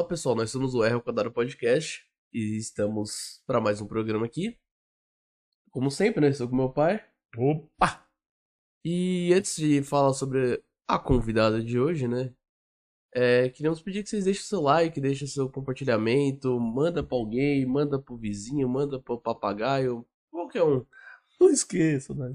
Olá pessoal, nós somos o R ao Quadrado Podcast e estamos para mais um programa aqui. Como sempre, né? Estou com meu pai. Opa! E antes de falar sobre a convidada de hoje, né? Queríamos pedir que vocês deixem seu like, deixem seu compartilhamento, manda pra alguém, manda pro vizinho, manda pro papagaio, qualquer um. Não esqueça, né?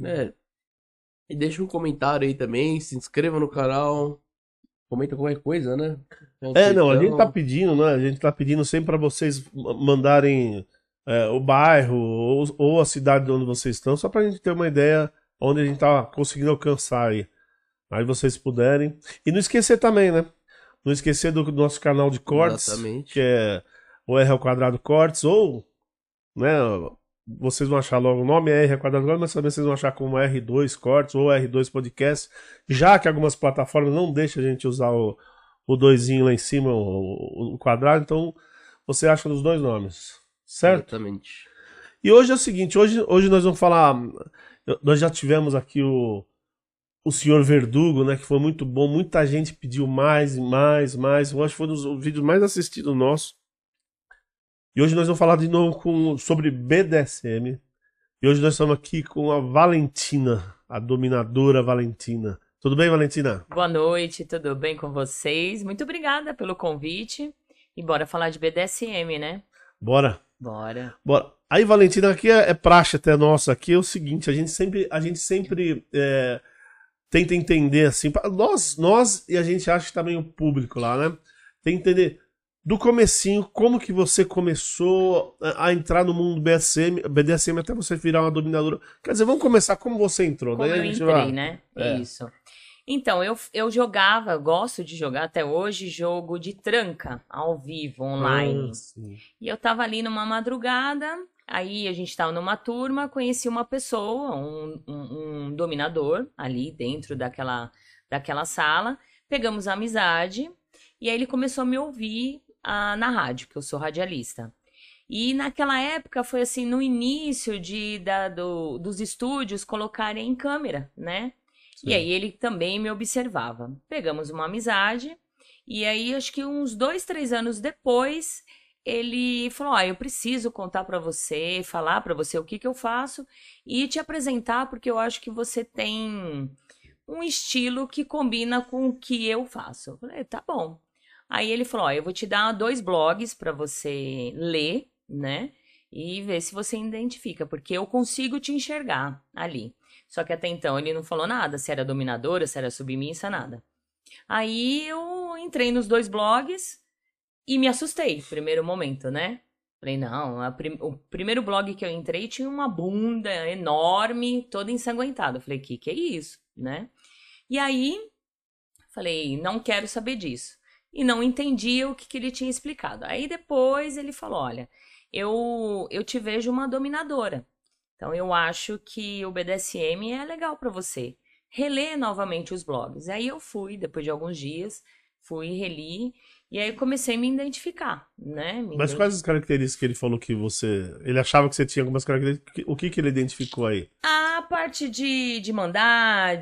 E deixa um comentário aí também, se inscreva no canal, comenta qualquer coisa, né? Não, a gente tá pedindo, né? A gente tá pedindo sempre pra vocês mandarem o bairro ou a cidade de onde vocês estão, só pra gente ter uma ideia onde a gente tá conseguindo alcançar aí. Aí vocês puderem. E não esquecer também, né? Não esquecer do nosso canal de cortes, Exatamente. que é o R ao Quadrado Cortes, ou, né, vocês vão achar logo o nome é R ao Quadrado Cortes, mas também vocês vão achar como R2 Cortes ou R2 Podcast, já que algumas plataformas não deixam a gente usar o doisinho lá em cima, o quadrado, então você acha nos dois nomes, certo? Exatamente. E hoje é o seguinte, hoje nós vamos falar, nós já tivemos aqui o Senhor Verdugo, né, que foi muito bom, muita gente pediu mais e mais, eu acho que foi um dos vídeos mais assistidos nossos. E hoje nós vamos falar de novo sobre BDSM. E hoje nós estamos aqui com a Valentina, a dominadora Valentina. Tudo bem, Valentina? Boa noite, tudo bem com vocês? Muito obrigada pelo convite. E bora falar de BDSM, né? Bora. Bora. Aí, Valentina, aqui é praxe até nossa. Aqui é o seguinte, a gente sempre tenta entender, assim, nós e a gente acha que também o público lá, né? Tem que entender do comecinho, como que você começou a entrar no mundo BDSM até você virar uma dominadora. Quer dizer, vamos começar como você entrou. Como Daí eu entrei, né? Isso. Então, eu jogava, gosto de jogar até hoje, jogo de tranca, ao vivo, online. E eu tava ali numa madrugada, aí a gente tava numa turma, conheci uma pessoa, um dominador ali dentro daquela sala, pegamos amizade, e aí ele começou a me ouvir na rádio, que eu sou radialista. E naquela época foi assim, no início dos estúdios colocarem câmera, né? Sim. E aí ele também me observava. Pegamos uma amizade, e aí acho que uns 2, 3 anos depois, ele falou, eu preciso contar pra você, falar pra você o que eu faço e te apresentar, porque eu acho que você tem um estilo que combina com o que eu faço. Eu falei, tá bom. Aí ele falou, eu vou te dar 2 blogs pra você ler, né? E ver se você identifica, porque eu consigo te enxergar ali. Só que até então ele não falou nada, se era dominadora, se era submissa, nada. Aí eu entrei nos 2 blogs e me assustei, primeiro momento, né? Falei, não, o primeiro blog que eu entrei tinha uma bunda enorme, toda ensanguentada. Falei, que é isso, né? E aí, falei, não quero saber disso. E não entendia o que ele tinha explicado. Aí depois ele falou, olha, eu te vejo uma dominadora. Então eu acho que o BDSM é legal para você. Relê novamente os blogs. Aí eu fui, depois de alguns dias, reli, e aí comecei a me identificar, né? Mas quais as características que ele falou que você... Ele achava que você tinha algumas características... O que ele identificou aí? A parte de mandar,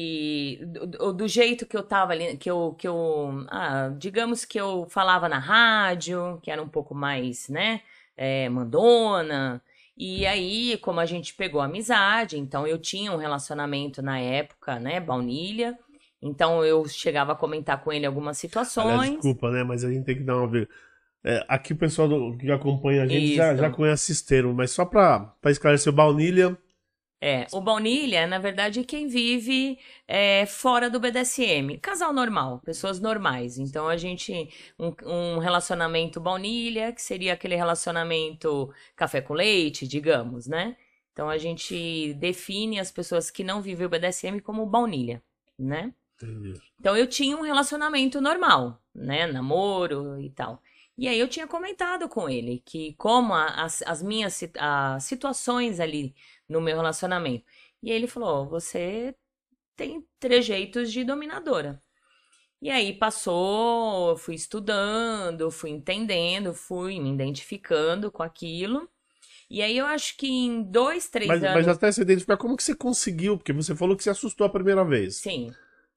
do jeito que eu tava ali, digamos que eu falava na rádio, que era um pouco mais, né, mandona. E aí, como a gente pegou amizade, então eu tinha um relacionamento na época, né, baunilha. Então eu chegava a comentar com ele algumas situações. Aliás, desculpa, né? Mas a gente tem que dar uma... aqui o pessoal que acompanha a gente já conhece esse termo, mas só pra esclarecer, o baunilha... O baunilha, na verdade, é quem vive fora do BDSM. Casal normal, pessoas normais. Então a gente... Um relacionamento baunilha, que seria aquele relacionamento café com leite, digamos, né? Então a gente define as pessoas que não vivem o BDSM como baunilha, né? Entendi. Então eu tinha um relacionamento normal, né? Namoro e tal. E aí eu tinha comentado com ele que como as minhas situações ali no meu relacionamento. E aí ele falou, você tem trejeitos de dominadora. E aí passou, eu fui estudando, fui entendendo, fui me identificando com aquilo. E aí eu acho que em 2, 3 anos... Mas até se identificar, como que você conseguiu? Porque você falou que se assustou a primeira vez. Sim.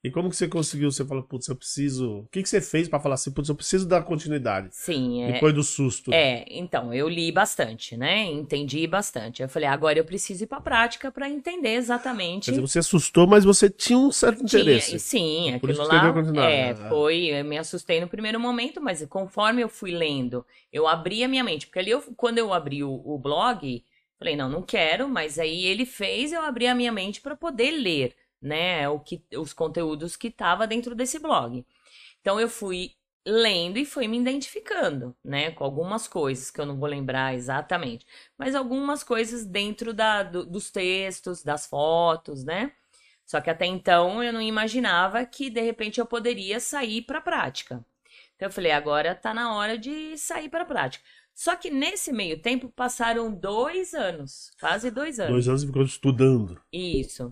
E como que você conseguiu? Você fala, putz, eu preciso... O que que você fez pra falar assim, putz, eu preciso dar continuidade? Sim, depois do susto. Então, eu li bastante, né? Entendi bastante. Eu falei, agora eu preciso ir pra prática pra entender exatamente. Quer dizer, você assustou, mas você tinha um certo interesse. Sim, por isso aquilo que você lá deu continuidade. foi, eu me assustei no primeiro momento, mas conforme eu fui lendo, eu abri a minha mente, porque ali quando eu abri o blog, falei, não quero, mas aí ele fez eu abrir a minha mente para poder ler, né, os conteúdos que tava dentro desse blog. Então eu fui lendo e fui me identificando, né, com algumas coisas que eu não vou lembrar exatamente, mas algumas coisas dentro dos textos, das fotos, né? Só que até então eu não imaginava que de repente eu poderia sair para a prática. Então eu falei, agora tá na hora de sair para a prática. Só que nesse meio tempo passaram 2 anos, quase 2 anos. 2 anos e ficou estudando. Isso.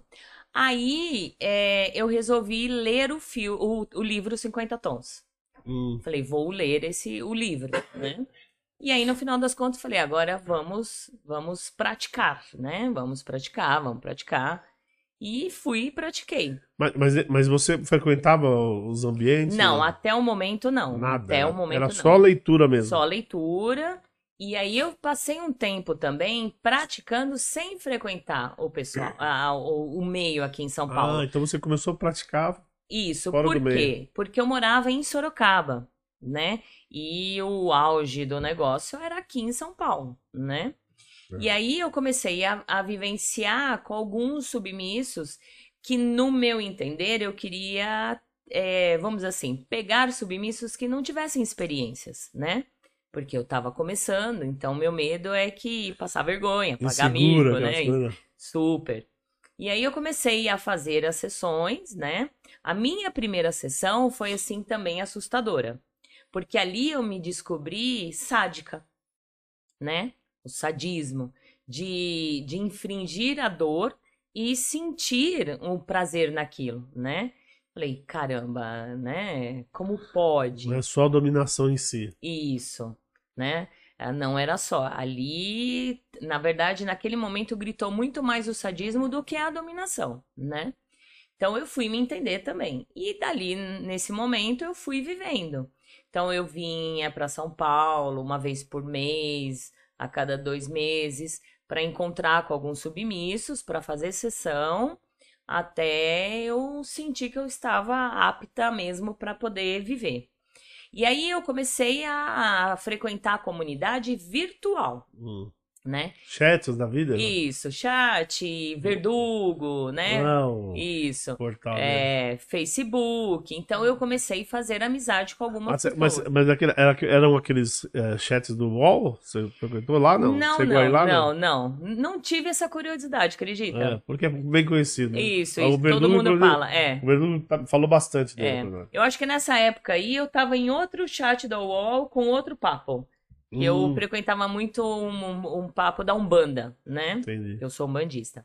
Aí eu resolvi ler o livro 50 Tons. Falei, vou ler o livro, né? E aí, no final das contas, falei, agora vamos praticar, né? Vamos praticar. E fui e pratiquei. Mas você frequentava os ambientes? Não, até o momento não. Nada. Até o momento era não. só leitura mesmo. Só leitura. E aí eu passei um tempo também praticando sem frequentar o pessoal, o meio aqui em São Paulo. Ah, então você começou a praticar. Isso, fora por do quê? meio. Porque eu morava em Sorocaba, né? E o auge do negócio era aqui em São Paulo, né? E aí eu comecei a vivenciar com alguns submissos que, no meu entender, eu queria, vamos dizer assim, pegar submissos que não tivessem experiências, né? Porque eu tava começando, então meu medo é que passar vergonha, pagar mico, né? Super. E aí eu comecei a fazer as sessões, né? A minha primeira sessão foi, assim, também assustadora. Porque ali eu me descobri sádica, né? O sadismo, de infringir a dor e sentir um prazer naquilo, né? Falei, caramba, né? Como pode? Não é só a dominação em si. Isso, né? Não era só. Ali, na verdade, naquele momento gritou muito mais o sadismo do que a dominação, né? Então eu fui me entender também. E dali, nesse momento, eu fui vivendo. Então eu vinha para São Paulo uma vez por mês, a cada 2 meses, para encontrar com alguns submissos, para fazer sessão, até eu sentir que eu estava apta mesmo para poder viver. E aí eu comecei a frequentar a comunidade virtual, né? Chats da vida? Isso, chat, Verdugo, né? Não. Isso. Portal, Facebook. Então eu comecei a fazer amizade com algumas pessoas. Mas eram aqueles chats do UOL? Você frequentou lá? Não. Não tive essa curiosidade, acredita? Porque é bem conhecido. Né? Isso, todo mundo fala. O Verdugo falou bastante dele. Eu acho que nessa época aí eu tava em outro chat da UOL com outro papo. Que eu frequentava muito um papo da Umbanda, né? Entendi. Eu sou umbandista.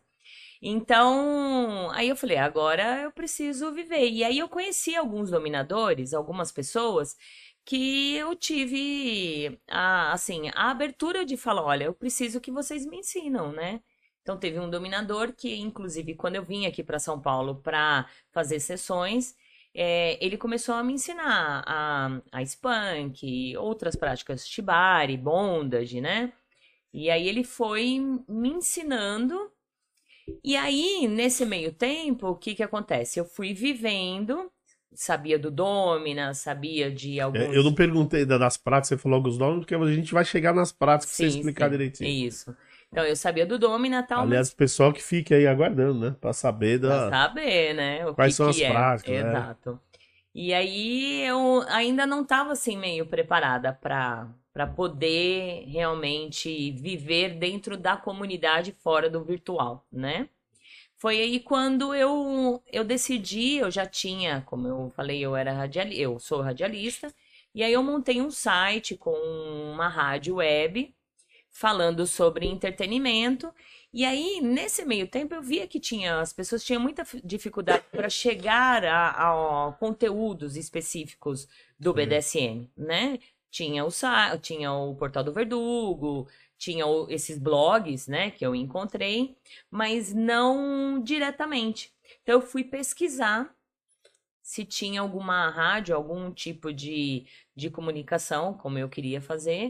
Então, aí eu falei, agora eu preciso viver. E aí eu conheci alguns dominadores, algumas pessoas, que eu tive, a abertura de falar, olha, eu preciso que vocês me ensinam, né? Então, teve um dominador que, inclusive, quando eu vim aqui para São Paulo para fazer sessões, ele começou a me ensinar a spunk, outras práticas shibari, bondage, né? E aí ele foi me ensinando. E aí, nesse meio tempo, o que acontece? Eu fui vivendo, sabia do Domina, sabia de alguns... Eu não perguntei das práticas, você falou alguns nomes, porque a gente vai chegar nas práticas pra você explicar direitinho. Isso. Então, eu sabia do Domina e tal, aliás, o pessoal que fique aí aguardando, né? Pra saber Pra saber, né? Quais são as práticas, né? Exato. E aí, eu ainda não estava, assim, meio preparada para poder realmente viver dentro da comunidade fora do virtual, né? Foi aí quando eu decidi, eu já tinha, como eu falei, eu sou radialista, e aí eu montei um site com uma rádio web falando sobre entretenimento. E aí, nesse meio tempo, eu via que as pessoas tinham muita dificuldade para chegar a conteúdos específicos do BDSM, né? Tinha o Portal do Verdugo, tinha esses blogs, né, que eu encontrei, mas não diretamente. Então, eu fui pesquisar se tinha alguma rádio, algum tipo de comunicação, como eu queria fazer,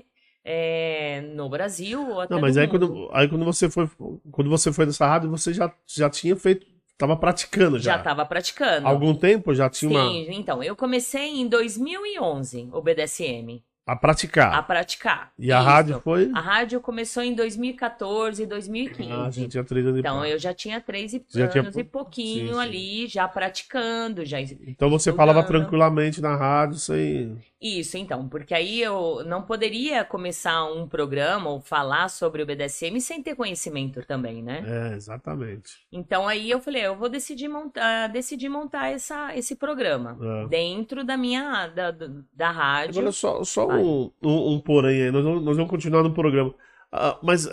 no Brasil ou até Não, mas no aí mundo. quando você foi nessa rádio, você já tinha feito, tava praticando Já já. estava praticando. Algum tempo já tinha Sim, então, eu comecei em 2011, o BDSM. a praticar. A praticar. E a Isso. rádio foi? A rádio começou em 2014, 2015. Ah, já tinha 3 anos Então, e eu já tinha 3 Já tinha- anos e pouquinho sim. ali, já praticando, já Então você estudando. falava tranquilamente na rádio, sem... Isso, então, porque aí eu não poderia começar um programa ou falar sobre o BDSM sem ter conhecimento também, né? Exatamente. Então aí eu falei, eu vou decidir montar esse programa dentro da minha da rádio. Agora só um porém aí, nós vamos continuar no programa. Mas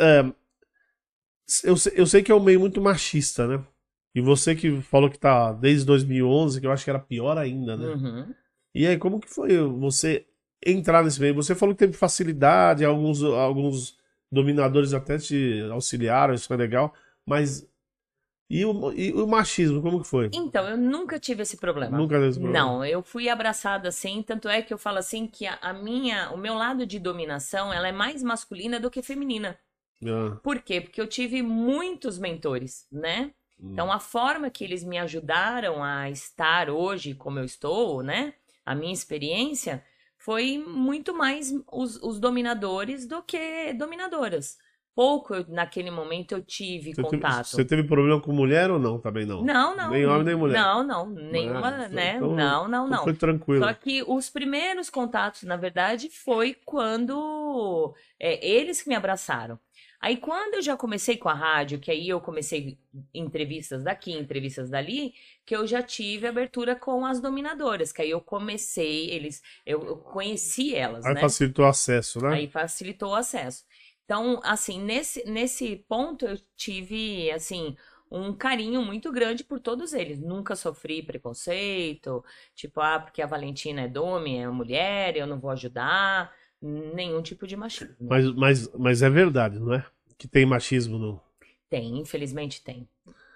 eu sei que é um meio muito machista, né? E você que falou que tá desde 2011, que eu acho que era pior ainda, né? Uhum. E aí, como que foi você entrar nesse meio? Você falou que teve facilidade, alguns dominadores até te auxiliaram, isso é legal, mas e o machismo, como que foi? Então, eu nunca tive esse problema. Nunca teve esse problema? Não, eu fui abraçada assim, tanto é que eu falo assim que o meu lado de dominação, ela é mais masculina do que feminina. Por quê? Porque eu tive muitos mentores, né? Então, a forma que eles me ajudaram a estar hoje como eu estou, né? A minha experiência foi muito mais os dominadores do que dominadoras. Pouco naquele momento eu tive contato. Você teve problema com mulher ou não? Também não? Não. Nem homem, nem mulher? Não. Nenhuma, né? Então, Não. Foi tranquilo. Só que os primeiros contatos, na verdade, foi quando eles que me abraçaram. Aí quando eu já comecei com a rádio, que aí eu comecei entrevistas daqui, entrevistas dali, que eu já tive abertura com as dominadoras, que aí eu comecei, eu conheci elas, Aí né? facilitou o acesso, né? Aí facilitou o acesso. Então, assim, nesse ponto eu tive, assim, um carinho muito grande por todos eles. Nunca sofri preconceito, tipo, porque a Valentina é domi, é mulher, eu não vou ajudar. Nenhum tipo de machismo. Mas é verdade, não é? Que tem machismo no... Tem, infelizmente tem.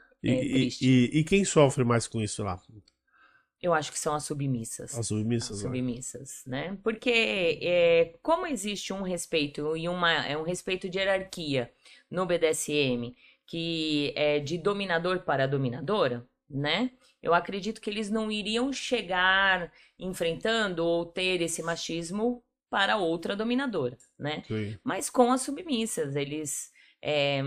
E quem sofre mais com isso lá? Eu acho que são as submissas. As submissas, As submissas, né? Porque como existe um respeito e um respeito de hierarquia no BDSM, que é de dominador para dominadora, né? Eu acredito que eles não iriam chegar enfrentando ou ter esse machismo para outra dominadora, né? Sim. Mas com as submissas, eles... É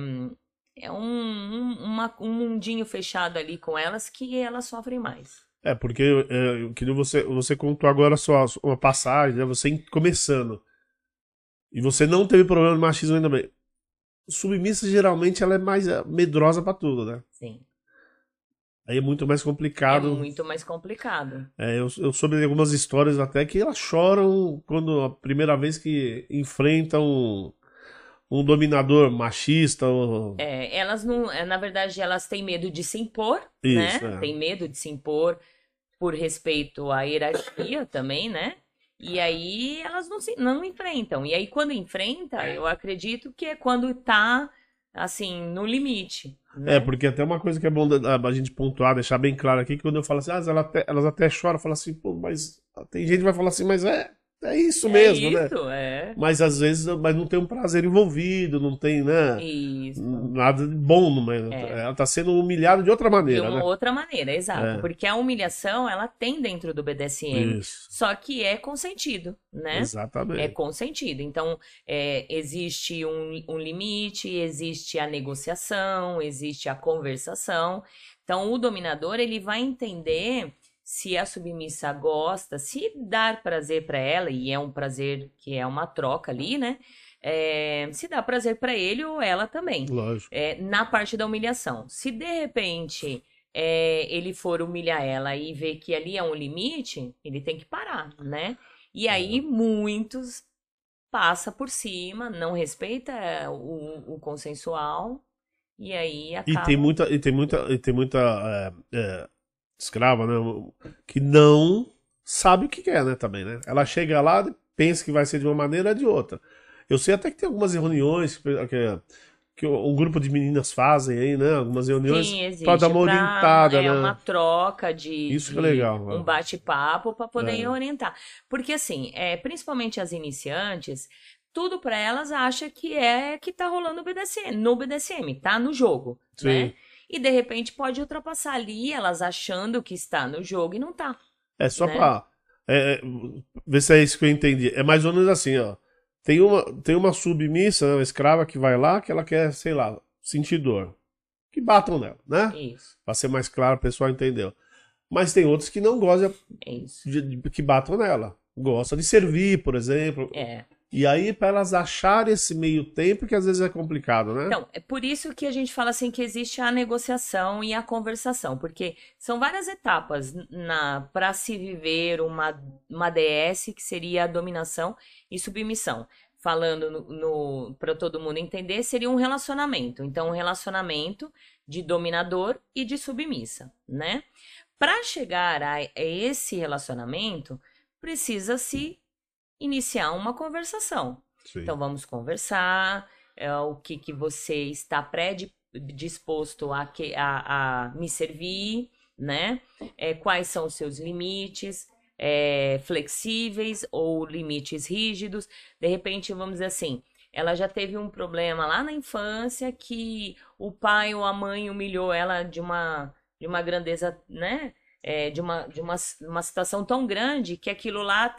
um mundinho fechado ali com elas que elas sofrem mais. Porque que você contou agora uma passagem, né? Você começando. E você não teve problema de machismo ainda bem. Submissa, geralmente, ela é mais medrosa pra tudo, né? Sim. Aí é muito mais complicado. É muito mais complicado. Eu soube de algumas histórias até que elas choram quando a primeira vez que enfrentam um dominador machista. Elas não, na verdade, elas têm medo de se impor, Isso, né? Tem medo de se impor por respeito à hierarquia também, né? E aí elas não enfrentam. E aí quando enfrenta, eu acredito que é quando tá, assim, no limite. Né? Porque até uma coisa que é bom a gente pontuar, deixar bem claro aqui, que quando eu falo assim, elas até choram, falam assim, pô, mas tem gente que vai falar assim, mas é isso mesmo, né? Mas às vezes não tem um prazer envolvido, não tem, né? Isso. Nada de bom no meio. Ela tá sendo humilhada de outra maneira, De uma outra maneira, exato. Porque a humilhação, ela tem dentro do BDSM. Isso. Só que é consentido, né? Exatamente. É consentido. Então, existe um limite, existe a negociação, existe a conversação. Então, o dominador, ele vai entender... Se a submissa gosta, se dar prazer para ela, e é um prazer que é uma troca ali, né? Se dá prazer para ele ou ela também. Lógico. Na parte da humilhação. Se de repente ele for humilhar ela e ver que ali é um limite, ele tem que parar, né? E aí muitos passa por cima, não respeita o consensual, e aí acaba... E tem muita escrava, né? Que não sabe o que quer, né? Também, né? Ela chega lá, pensa que vai ser de uma maneira ou de outra. Eu sei até que tem algumas reuniões que um grupo de meninas fazem aí, né? Algumas reuniões. Sim, existe. Pra dar uma orientada, né? É uma troca Isso que é legal. Um bate-papo para poder orientar. Porque, assim, principalmente as iniciantes, tudo para elas acha que tá rolando no BDSM, tá no jogo, Sim. né? E de repente pode ultrapassar ali, elas achando que está no jogo e não tá. É só né? pra ver se é isso que eu entendi. É mais ou menos assim, ó. Tem uma submissa, né, uma escrava que vai lá, que ela quer, sei lá, sentir dor. Que batam nela, né? Isso. Pra ser mais claro, o pessoal entendeu. Mas tem outros que não gostam que batam nela. Gosta de servir, por exemplo. E aí, para elas acharem esse meio tempo, que às vezes é complicado, né? Então, é por isso que a gente fala assim que existe a negociação e a conversação, porque são várias etapas para se viver uma DS, que seria a dominação e submissão. Falando para todo mundo entender, seria um relacionamento. Então, um relacionamento de dominador e de submissa, né? Para chegar a esse relacionamento, precisa-se iniciar uma conversação. Sim. Então, vamos conversar, o que você está predisposto a me servir, né? Quais são os seus limites, flexíveis ou limites rígidos. De repente, vamos dizer assim, ela já teve um problema lá na infância que o pai ou a mãe humilhou ela de uma grandeza, né? De uma situação tão grande que aquilo lá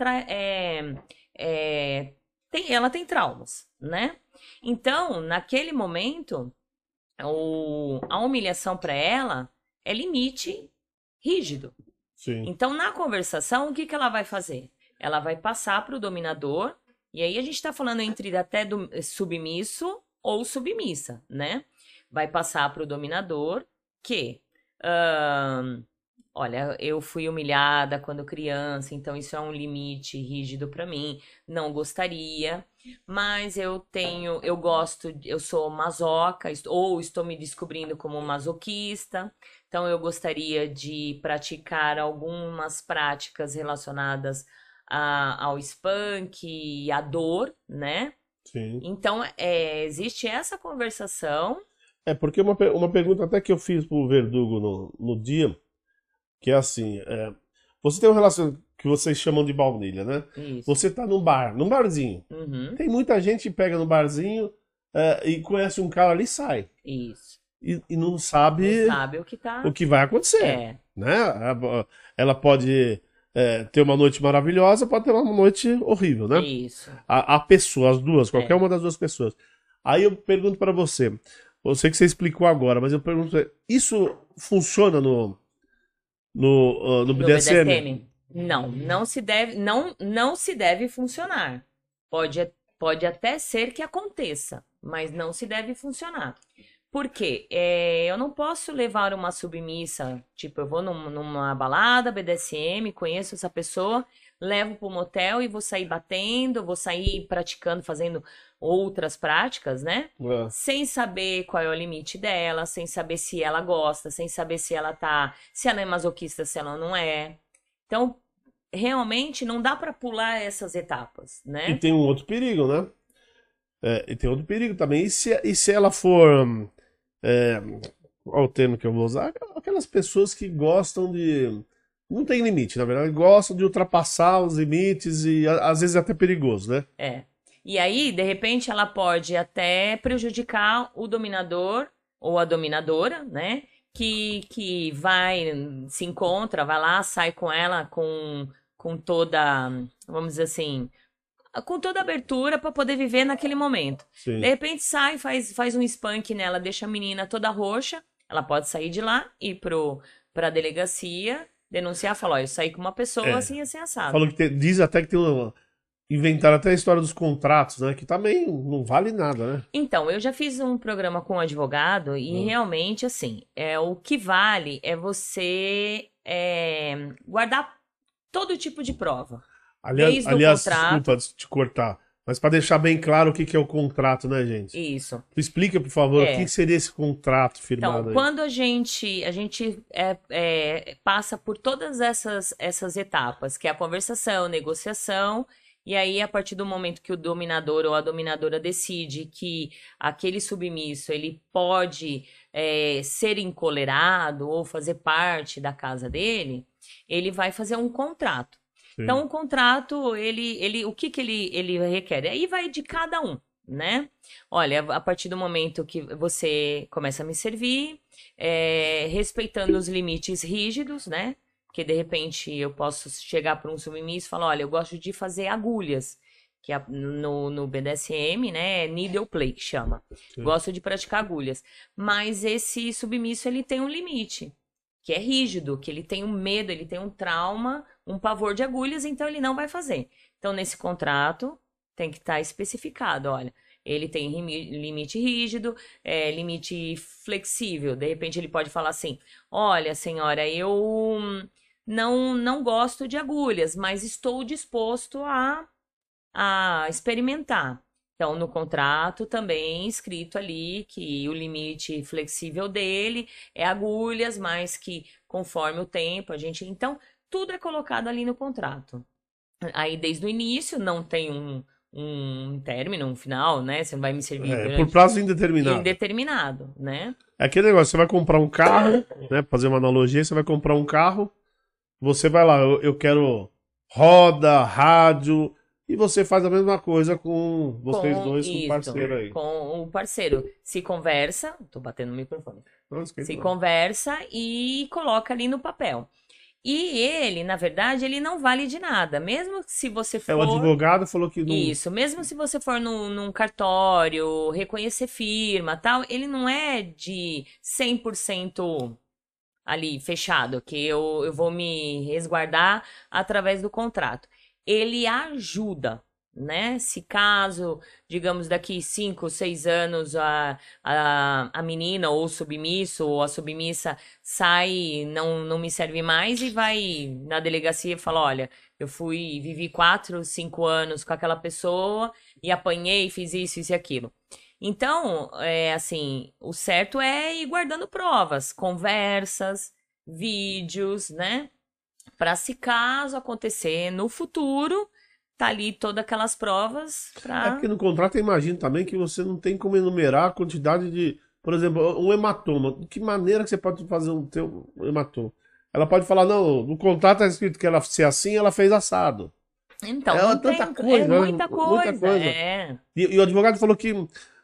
ela tem traumas, né? Então, naquele momento, a humilhação para ela é limite rígido. Sim. Então, na conversação, o que ela vai fazer? Ela vai passar para o dominador, e aí a gente está falando entre até submisso ou submissa, né? Vai passar para o dominador que... olha, eu fui humilhada quando criança, então isso é um limite rígido para mim. Não gostaria, mas eu sou masoca, ou estou me descobrindo como masoquista. Então eu gostaria de praticar algumas práticas relacionadas ao spank e à dor, né? Sim. Então existe essa conversação. Porque uma pergunta até que eu fiz pro Verdugo no dia, que é assim, você tem uma relação que vocês chamam de baunilha, né? Isso. Você tá num barzinho. Uhum. Tem muita gente que pega no barzinho e conhece um cara ali e sai. Isso. E não sabe o que vai acontecer. Né? Ela pode ter uma noite maravilhosa, pode ter uma noite horrível, né? Isso. A pessoa, as duas, qualquer uma das duas pessoas. Aí eu pergunto pra você, eu sei que você explicou agora, mas eu pergunto, isso funciona no BDSM? Não se deve funcionar. Pode até ser que aconteça, mas não se deve funcionar. Por quê? Eu não posso levar uma submissa, tipo, eu vou numa balada, BDSM, conheço essa pessoa, levo pro motel e vou sair batendo, vou sair praticando, fazendo outras práticas, né? Sem saber qual é o limite dela, sem saber se ela gosta, sem saber se ela é masoquista, se ela não é. Então, realmente não dá pra pular essas etapas, né? E tem um outro perigo, né? E tem outro perigo também. E se ela for... qual o termo que eu vou usar? Aquelas pessoas que gostam de... Não tem limite, na verdade. Gostam de ultrapassar os limites e às vezes é até perigoso, né? E aí, de repente, ela pode até prejudicar o dominador ou a dominadora, né? Que se encontra, vai lá, sai com ela com toda, vamos dizer assim, com toda a abertura para poder viver naquele momento. Sim. De repente sai, faz um spank nela, deixa a menina toda roxa, ela pode sair de lá, ir pra delegacia, denunciar, falar, eu saí com uma pessoa assim assado. Falou que diz até que tem inventaram até a história dos contratos, né? Que também não vale nada, né? Então, eu já fiz um programa com um advogado e realmente, assim, o que vale é você guardar todo tipo de prova. Aliás, desculpa te cortar, mas para deixar bem claro o que é o contrato, né, gente? Isso. Explica, por favor, o que seria esse contrato firmado então, aí? Quando a gente passa por todas essas etapas, que é a conversação, negociação E aí, a partir do momento que o dominador ou a dominadora decide que aquele submisso ele pode ser encolerado ou fazer parte da casa dele, ele vai fazer um contrato. Sim. Então, o contrato, o que ele requer? Aí vai de cada um, né? Olha, a partir do momento que você começa a me servir, respeitando os limites rígidos, né? Porque, de repente, eu posso chegar para um submisso e falar, olha, eu gosto de fazer agulhas, que no BDSM, né, needle play, que chama. Sim. Gosto de praticar agulhas. Mas esse submisso, ele tem um limite, que é rígido, que ele tem um medo, ele tem um trauma, um pavor de agulhas, então ele não vai fazer. Então, nesse contrato, tem que estar especificado, olha, ele tem limite rígido, limite flexível. De repente, ele pode falar assim, olha, senhora, eu não gosto de agulhas, mas estou disposto a experimentar. Então, no contrato também escrito ali que o limite flexível dele é agulhas, mas que conforme o tempo a gente... Então, tudo é colocado ali no contrato. Aí, desde o início, não tem um término, um final, né? Você não vai me servir por prazo indeterminado. Indeterminado, né? É aquele negócio, você vai comprar um carro, né? Pra fazer uma analogia, você vai comprar um carro, você vai lá, eu quero roda, rádio, e você faz a mesma coisa com vocês dois, com o parceiro aí. Com o parceiro. Se conversa, tô batendo no microfone. Se conversa e coloca ali no papel. E ele, na verdade, ele não vale de nada. Mesmo se você for... O advogado falou que não... Isso, mesmo se você for num cartório, reconhecer firma tal, ele não é de 100% ali fechado, que eu vou me resguardar através do contrato. Ele ajuda, né? Se caso, digamos, daqui 5, 6 anos a menina ou o submisso ou a submissa sai, não me serve mais e vai na delegacia e fala, olha, eu vivi 4, 5 anos com aquela pessoa e apanhei, fiz isso e aquilo. Então, assim, o certo é ir guardando provas, conversas, vídeos, né? Para se caso acontecer no futuro, tá ali todas aquelas provas pra... É porque no contrato eu imagino também que você não tem como enumerar a quantidade de... Por exemplo, um hematoma. De que maneira que você pode fazer um hematoma? Ela pode falar, não, no contrato é escrito que ela se assim, ela fez assado. Então, é tanta coisa, muita coisa. E o advogado falou que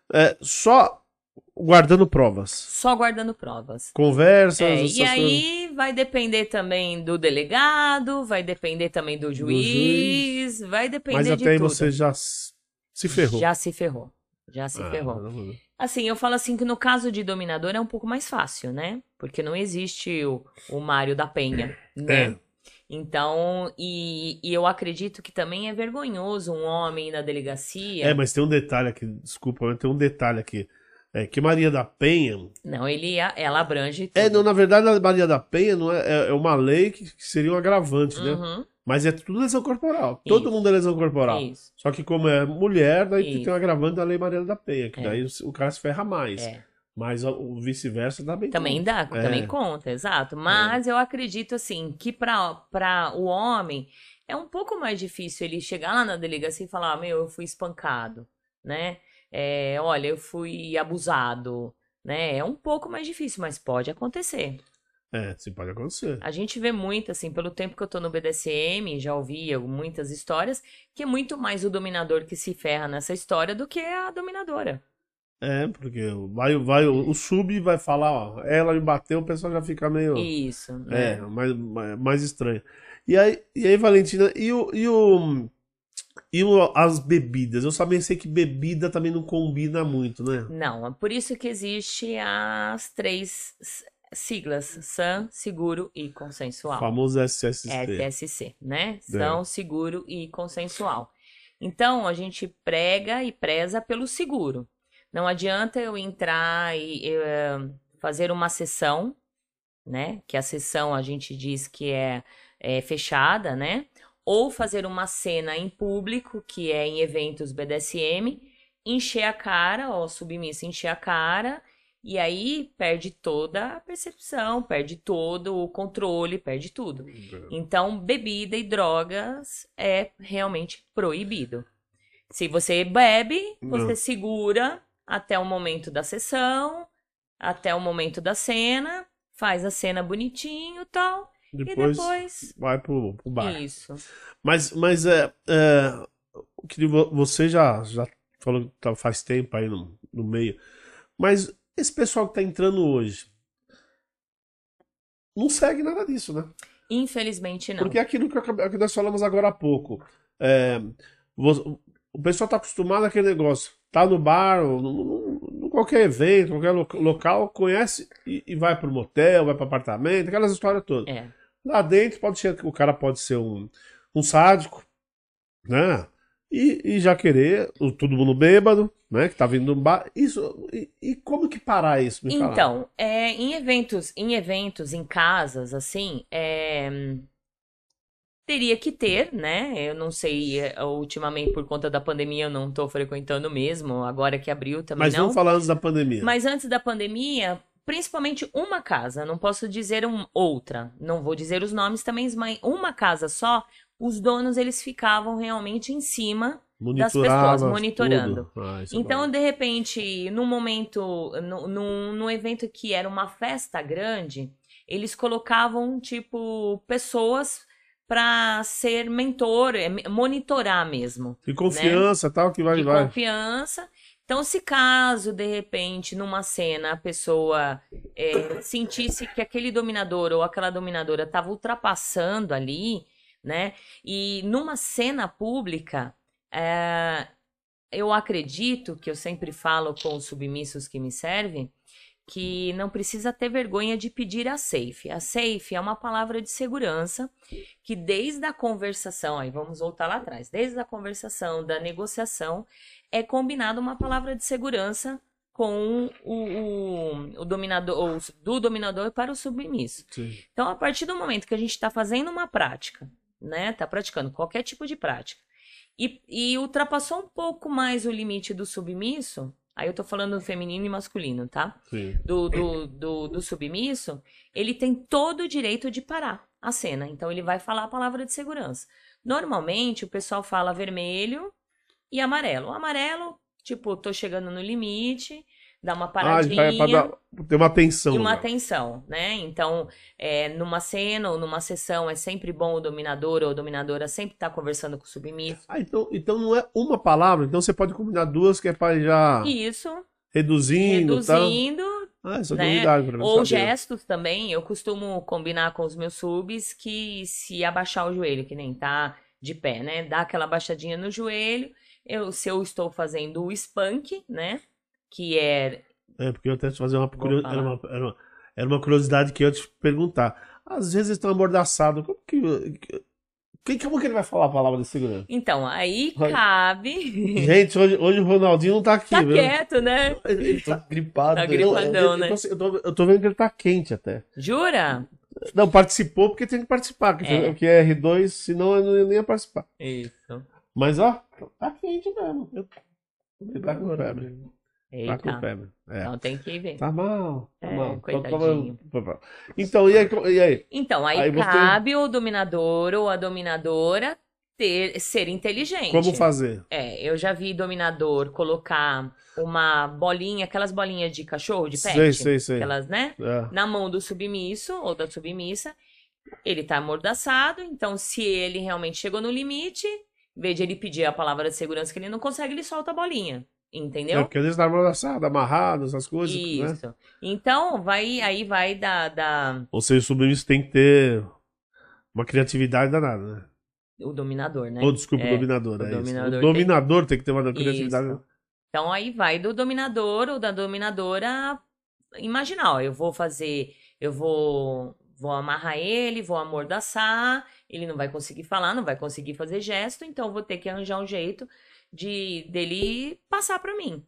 só guardando provas. Só guardando provas. Conversas. E aí vai depender também do delegado, vai depender também do juiz, vai depender de tudo. Mas até aí você já se ferrou. Já se ferrou. Assim, eu falo assim que no caso de dominador é um pouco mais fácil, né? Porque não existe o Mário da Penha, né? Então, e eu acredito que também é vergonhoso um homem ir na delegacia... mas tem um detalhe aqui, desculpa, mas tem um detalhe aqui. Que Maria da Penha... Não, ela abrange tudo. Não, na verdade, a Maria da Penha não é uma lei que seria um agravante, né? Mas é tudo lesão corporal. Isso. Todo mundo é lesão corporal. Isso. Só que como é mulher, daí tem um agravante da lei Maria da Penha, que daí o cara se ferra mais. Mas o vice-versa também também conta, exato. Mas eu acredito, assim, que para o homem é um pouco mais difícil ele chegar lá na delegacia e falar, eu fui espancado, né? Olha, eu fui abusado, né? É um pouco mais difícil, mas pode acontecer. Sim, pode acontecer. A gente vê muito, assim, pelo tempo que eu tô no BDSM, já ouvi muitas histórias, que é muito mais o dominador que se ferra nessa história do que a dominadora. Porque o sub vai falar, ó, ela me bateu, o pessoal já fica meio... Isso, né? Mais estranho. E aí, Valentina, as bebidas? Eu também sei que bebida também não combina muito, né? Não, é por isso que existe as 3 siglas, sã, seguro e consensual. O famoso SSC. SSC, né? São, seguro e consensual. Então, a gente prega e preza pelo seguro. Não adianta eu entrar e fazer uma sessão, né? Que a sessão a gente diz que é fechada, né? Ou fazer uma cena em público, que é em eventos BDSM, encher a cara, ó, submissa encher a cara E aí perde toda a percepção, perde todo o controle, perde tudo. Então, bebida e drogas é realmente proibido. Se você bebe, você segura até o momento da sessão, até o momento da cena, faz a cena bonitinho e tal, e depois vai pro bar. Isso. Mas que você já falou que faz tempo aí no meio, mas esse pessoal que tá entrando hoje não segue nada disso, né? Infelizmente não. Porque aquilo que nós falamos agora há pouco, o pessoal tá acostumado àquele negócio, tá no bar, no qualquer evento, qualquer local, conhece e vai pro motel, vai pro apartamento, aquelas histórias todas. Lá dentro o cara pode ser um sádico, né? E já querer todo mundo bêbado, né? Que tá vindo no bar. Isso, e como que parar isso? Então, em eventos, em casas, assim, teria que ter, né? Eu não sei, ultimamente, por conta da pandemia, eu não tô frequentando mesmo, agora que abriu também não. Mas vamos falar antes da pandemia. Mas antes da pandemia, principalmente uma casa, não posso dizer outra, não vou dizer os nomes também, mas uma casa só, os donos, eles ficavam realmente em cima das pessoas, monitorando. Então, de repente, num momento, num evento que era uma festa grande, eles colocavam, tipo, pessoas para ser mentor, monitorar mesmo. De confiança, né? Tal, que vai. De confiança. Então, se caso, de repente, numa cena, a pessoa sentisse que aquele dominador ou aquela dominadora estava ultrapassando ali, né? E numa cena pública, eu acredito, que eu sempre falo com os submissos que me servem, que não precisa ter vergonha de pedir a safe. A safe é uma palavra de segurança que desde a conversação, aí vamos voltar lá atrás, desde a conversação, da negociação, é combinada uma palavra de segurança com o dominador, do dominador para o submisso. Sim. Então, a partir do momento que a gente está fazendo uma prática, né, está praticando qualquer tipo de prática, e ultrapassou um pouco mais o limite do submisso, aí eu tô falando do feminino e masculino, tá? Sim. Do submisso, ele tem todo o direito de parar a cena. Então, ele vai falar a palavra de segurança. Normalmente, o pessoal fala vermelho e amarelo. O amarelo, tipo, tô chegando no limite, dá uma paradinha. Ter uma atenção. E uma atenção, né? Então, numa cena ou numa sessão, é sempre bom o dominador ou a dominadora sempre estar conversando com o submisso. Então não é uma palavra, então você pode combinar duas que é para já... Isso. Reduzindo, essa é novidade pra mim. Ou gestos também, eu costumo combinar com os meus subs que se abaixar o joelho, que nem tá de pé, né? Dá aquela baixadinha no joelho, se eu estou fazendo o spank, né? Que porque eu até te fazer era uma curiosidade que eu ia te perguntar. Às vezes estão amordaçados. Como que ele vai falar a palavra de segurança? Então, aí cabe. Gente, hoje o Ronaldinho não tá aqui, tá viu? quieto, né? Ele tá gripado. Tá gripadão, né? Eu tô vendo que ele tá quente até. Jura? Não, participou porque tem que participar. Porque é R2, senão eu não ia participar. Isso. Mas, ó, tá quente mesmo. Ele tá com febre. Eita. Tá com febre. Então tem que ver. Tá mal. Coitadinho. Então, e aí? Então, aí cabe o dominador ou a dominadora ser inteligente. Como fazer? Eu já vi dominador colocar uma bolinha, aquelas bolinhas de cachorro, de pet. Sei. Aquelas, né? Na mão do submisso ou da submissa. Ele tá amordaçado, então se ele realmente chegou no limite, em vez de ele pedir a palavra de segurança que ele não consegue, ele solta a bolinha. Entendeu? Porque às vezes tá amordaçado, amarrado, essas coisas. Isso. Né? Então, aí vai da... Ou seja, o submisso tem que ter uma criatividade danada, né? O dominador, né? Desculpa, o dominador. O dominador tem que ter uma criatividade. Isso. Então, aí vai do dominador ou da dominadora imaginar, eu vou amarrar ele, vou amordaçar, ele não vai conseguir falar, não vai conseguir fazer gesto, então eu vou ter que arranjar um jeito dele passar pra mim.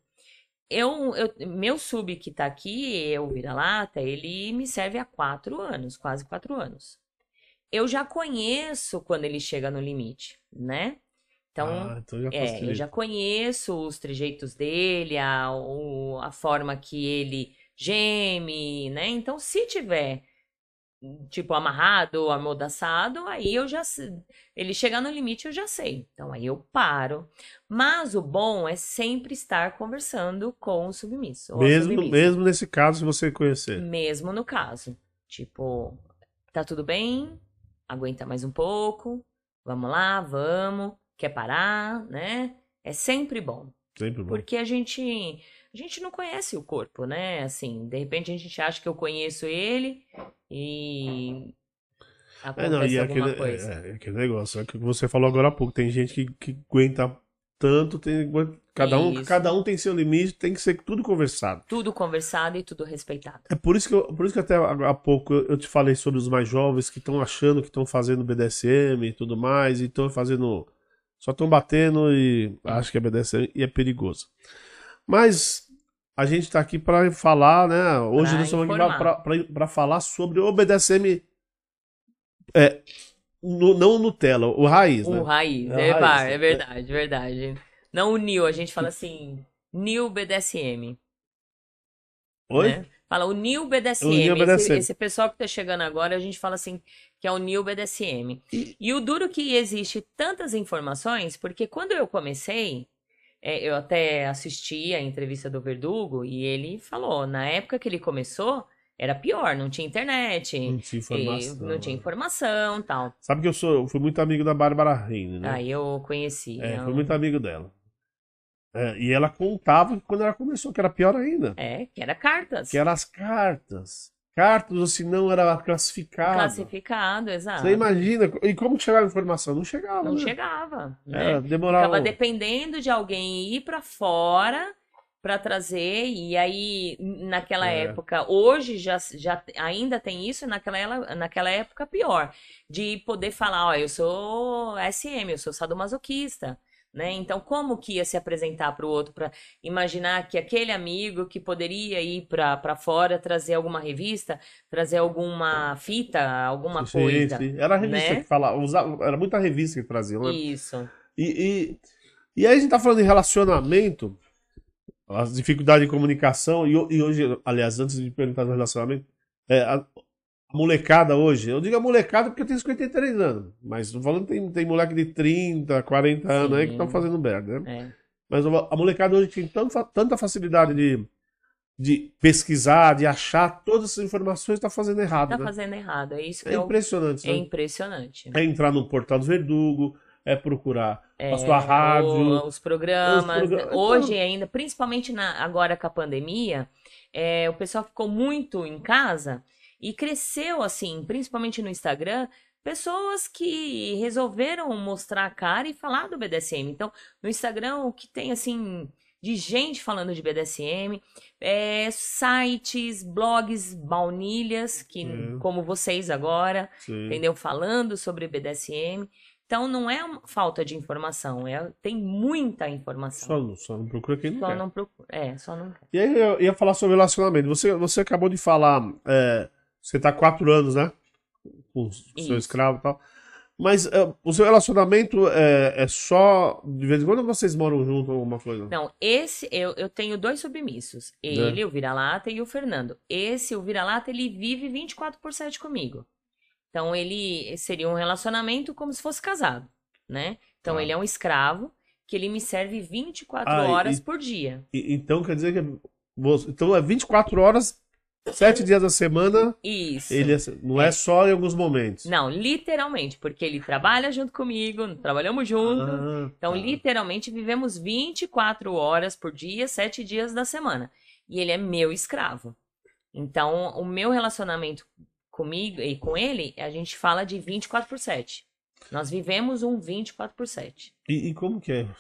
Meu sub que tá aqui, o vira-lata, ele me serve há 4 anos, quase 4 anos. Eu já conheço quando ele chega no limite, né? Então, eu já conheço os trejeitos dele, a forma que ele geme, né? Então, se tiver, tipo, amarrado ou amordaçado, aí eu já sei. Ele chegar no limite, eu já sei. Então, aí eu paro. Mas o bom é sempre estar conversando com o submisso. Ou a submissa. Mesmo nesse caso, se você conhecer. Mesmo no caso. Tipo, tá tudo bem? Aguenta mais um pouco. Vamos lá, vamos. Quer parar, né? É sempre bom. Sempre bom. Porque a gente não conhece o corpo, né? Assim, de repente a gente acha que eu conheço ele e acontece alguma coisa. É aquele negócio, é o que você falou agora há pouco. Tem gente que aguenta tanto, cada um tem seu limite, tem que ser tudo conversado. Tudo conversado e tudo respeitado. É por isso que até há pouco eu te falei sobre os mais jovens que estão achando que estão fazendo BDSM e tudo mais, e estão fazendo. Só estão batendo e acham que é BDSM e é perigoso. Mas a gente está aqui para falar, né? Hoje nós estamos aqui para falar sobre o BDSM. Não Nutella, o raiz, né? O raiz, é verdade, verdade. Não o New, a gente fala assim, New BDSM. Oi? Né? Fala o New BDSM. O New BDSM. Esse pessoal que tá chegando agora, a gente fala assim, que é o New BDSM. E o duro que existe tantas informações, porque quando eu comecei, eu até assisti a entrevista do Verdugo, e ele falou, na época que ele começou, era pior, não tinha internet, não tinha informação, tal. Sabe que eu fui muito amigo da Bárbara Reine, né? Aí eu conheci. Fui muito amigo dela. E ela contava que quando ela começou, que era pior ainda. Que era cartas. Que eram as cartas. Cartas, ou se não, era classificado. Classificado, exato. Você imagina, e como que chegava a informação? Não chegava, Não né? chegava, né? Demorava. Ficava dependendo de alguém ir pra fora para trazer, e aí naquela época, hoje já ainda tem isso, naquela época pior, de poder falar, ó, eu sou SM, eu sou sadomasoquista, né? Então como que ia se apresentar para o outro, para imaginar que aquele amigo que poderia ir para fora trazer alguma revista, trazer alguma fita, alguma coisa. Sim. Era a revista, né? Que falava, era muita revista que traziam, né? Isso. E aí a gente tá falando de relacionamento, as dificuldades de comunicação, e hoje, aliás, antes de perguntar do relacionamento, a molecada hoje, eu digo a molecada porque eu tenho 53 anos, mas tô falando que tem moleque de 30, 40 anos aí que estão fazendo merda, né? Mas a molecada hoje tem tanta facilidade de pesquisar, de achar todas as informações, tá fazendo errado, né? Fazendo errado, é isso que impressionante, né? É impressionante. É entrar no portal do Verdugo, procurar a sua rádio, os programas. Hoje ainda, principalmente agora com a pandemia, o pessoal ficou muito em casa e cresceu assim, principalmente no Instagram, pessoas que resolveram mostrar a cara e falar do BDSM. Então, no Instagram, o que tem assim de gente falando de BDSM, sites, blogs, baunilhas, como vocês agora, entendeu? Falando sobre BDSM. Então, não é uma falta de informação, tem muita informação. Só não procura quem não quer. Não procura, só não quer. E aí eu ia falar sobre relacionamento. Você acabou de falar, você tá há 4 anos, né? Com o seu escravo e tal. Mas o seu relacionamento é só de vez em quando vocês moram juntos ou alguma coisa? Não, eu tenho 2 submissos. Ele, o vira-lata, e o Fernando. O vira-lata, ele vive 24/7 comigo. Então, ele seria um relacionamento como se fosse casado, né? Então, ele é um escravo que ele me serve 24 horas por dia. Então, quer dizer que... Então, é 24 horas, 7 dias da semana... Isso. Ele não é só em alguns momentos. Não, literalmente, porque ele trabalha junto comigo, trabalhamos junto. Então, literalmente, vivemos 24 horas por dia, 7 dias da semana. E ele é meu escravo. Então, o meu relacionamento comigo e com ele, a gente fala de 24/7. Nós vivemos um 24/7. E como que é?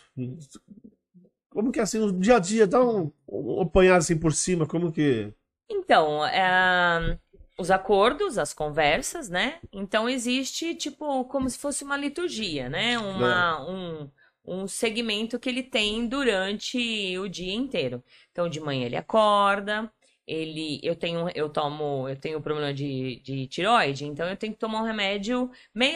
Como que é assim, no dia a dia? Dá um apanhado assim por cima, como que... Então, os acordos, as conversas, né? Então, existe, tipo, como se fosse uma liturgia, né? Um segmento que ele tem durante o dia inteiro. Então, de manhã ele acorda... Eu tenho problema de tireoide, então eu tenho que tomar um remédio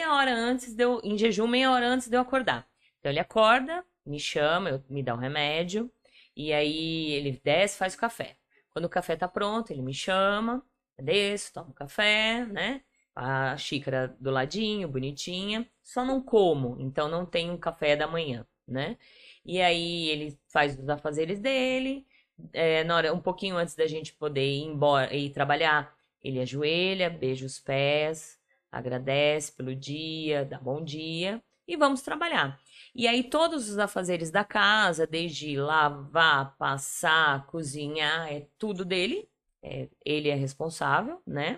em jejum, meia hora antes de eu acordar. Então ele acorda, me chama, me dá um remédio, e aí ele desce, faz o café. Quando o café tá pronto, ele me chama, eu desço, tomo café, né? A xícara do ladinho, bonitinha. Só não como, então não tem um café da manhã, né? E aí ele faz os afazeres dele, na hora, um pouquinho antes da gente poder ir embora e trabalhar, ele ajoelha, beija os pés, agradece pelo dia, dá bom dia e vamos trabalhar. E aí todos os afazeres da casa, desde lavar, passar, cozinhar, é tudo dele, ele é responsável, né?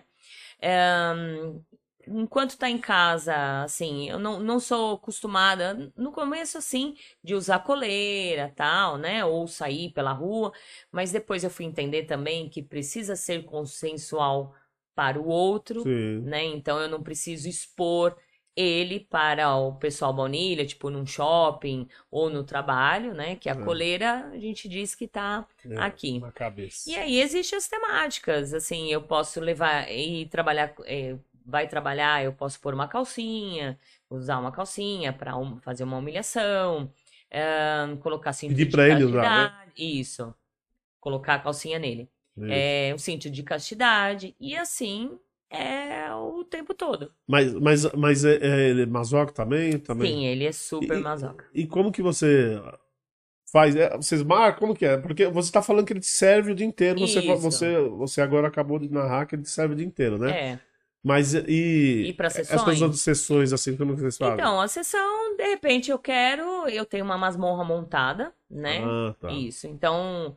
Enquanto tá em casa, assim, eu não sou acostumada, no começo, assim, de usar coleira, tal, né? Ou sair pela rua, mas depois eu fui entender também que precisa ser consensual para o outro, Sim. né? Então eu não preciso expor ele para o pessoal baunilha, tipo num shopping ou no trabalho, né? Que a coleira a gente diz que tá aqui. Na cabeça. E aí existem as temáticas, assim, eu posso levar e trabalhar, vai trabalhar, eu posso pôr uma calcinha, usar uma calcinha para fazer uma humilhação, colocar cinto Pedir de pra ele usar, castidade, isso, colocar a calcinha nele, o cinto de castidade, e assim o tempo todo. Mas ele é masoca também? Sim, ele é super masoca. E como que você faz? Vocês marcam? Como que é? Porque você tá falando que ele te serve o dia inteiro. Você agora acabou de narrar que ele te serve o dia inteiro, né? Mas e para sessões? Essas outras sessões, assim, como que vocês fazem? Então, a sessão, de repente, eu tenho uma masmorra montada, né? Ah, tá. Isso. Então,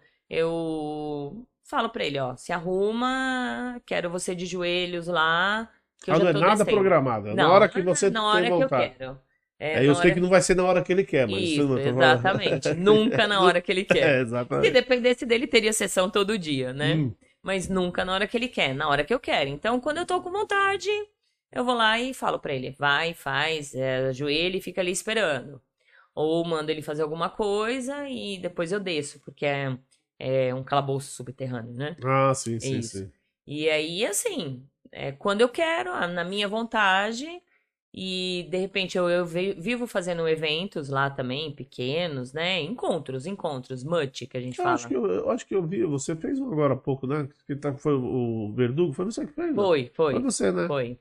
eu falo pra ele, ó, se arruma, quero você de joelhos lá, que eu já não é tô nada descendo. programado. Não, na hora que você na hora tem que vontade. eu quero. Eu sei que não vai ser na hora que ele quer, mas... Isso, não, exatamente. Nunca na hora que ele quer. Exatamente. Se dependesse dele, teria sessão todo dia, né? Mas nunca na hora que ele quer, na hora que eu quero. Então, quando eu tô com vontade, eu vou lá e falo pra ele, vai, faz, ajoelha e fica ali esperando. Ou mando ele fazer alguma coisa e depois eu desço, porque é um calabouço subterrâneo, né? Ah, sim, Isso. sim. E aí, assim, quando eu quero, na minha vontade, e de repente eu vivo fazendo eventos lá também, pequenos, né? Encontros, much, que a gente fala. Eu acho que eu vi, você fez um agora há pouco, né? Foi o Verdugo, foi você que fez? Foi. Foi você, né? Foi.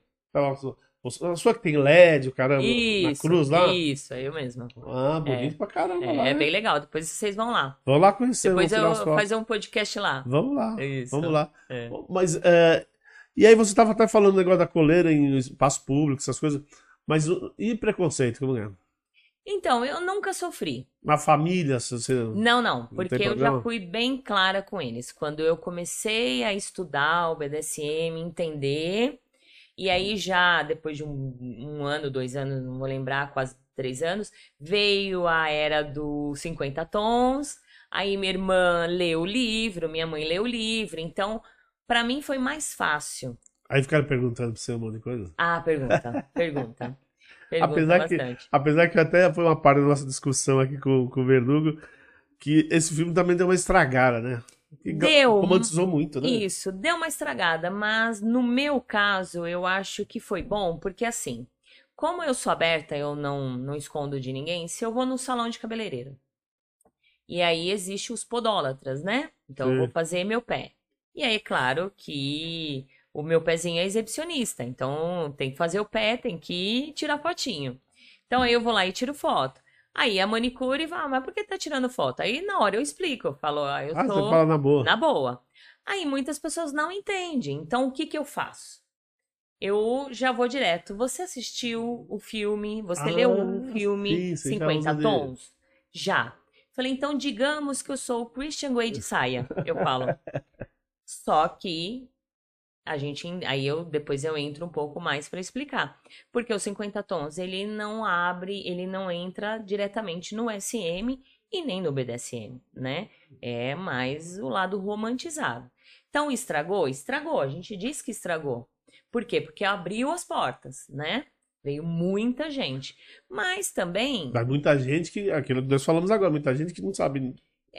A sua que tem LED, o caramba, Isso, na cruz lá? Isso, eu mesma. Ah, bonito pra caramba lá. É bem legal, depois vocês vão lá. Vamos lá conhecer, Depois vamos tirar eu fazer um podcast lá. Vamos lá, Isso. vamos lá. É. Mas, e aí você estava até falando do negócio da coleira em espaço público, essas coisas, mas e preconceito, como é? Então, eu nunca sofri. Na família, se você... Não, porque eu já fui bem clara com eles. Quando eu comecei a estudar o BDSM, entender... E aí já, depois de um ano, 2 anos, não vou lembrar, quase 3 anos, veio a era dos 50 tons. Aí minha irmã leu o livro, minha mãe leu o livro. Então, pra mim foi mais fácil. Aí ficaram perguntando pra você um monte de coisa? Ah, pergunta. Pergunta bastante. Apesar que até foi uma parte da nossa discussão aqui com o Verdugo, que esse filme também deu uma estragada, né? Romantizou muito, né? Isso, deu uma estragada, mas no meu caso eu acho que foi bom, porque assim, como eu sou aberta, eu não escondo de ninguém, se eu vou no salão de cabeleireiro, e aí existe os podólatras, né? Então Sim. eu vou fazer meu pé. E aí, claro que o meu pezinho é exibicionista, então tem que fazer o pé, tem que tirar fotinho. Então aí eu vou lá e tiro foto. Aí a manicure vai, mas por que tá tirando foto? Aí na hora eu explico, eu falo, eu tô você fala na boa. Na boa. Aí muitas pessoas não entendem, então o que eu faço? Eu já vou direto, você assistiu o filme, você leu o filme 50 Tons? Já. Falei, então digamos que eu sou o Christian Grey de saia, eu falo. Só que depois eu entro um pouco mais para explicar. Porque o 50 Tons, ele não entra diretamente no SM e nem no BDSM, né? É mais o lado romantizado. Então, estragou? Estragou. A gente diz que estragou. Por quê? Porque abriu as portas, né? Veio muita gente. Mas também... Mas muita gente que... Aquilo que nós falamos agora, muita gente que não sabe...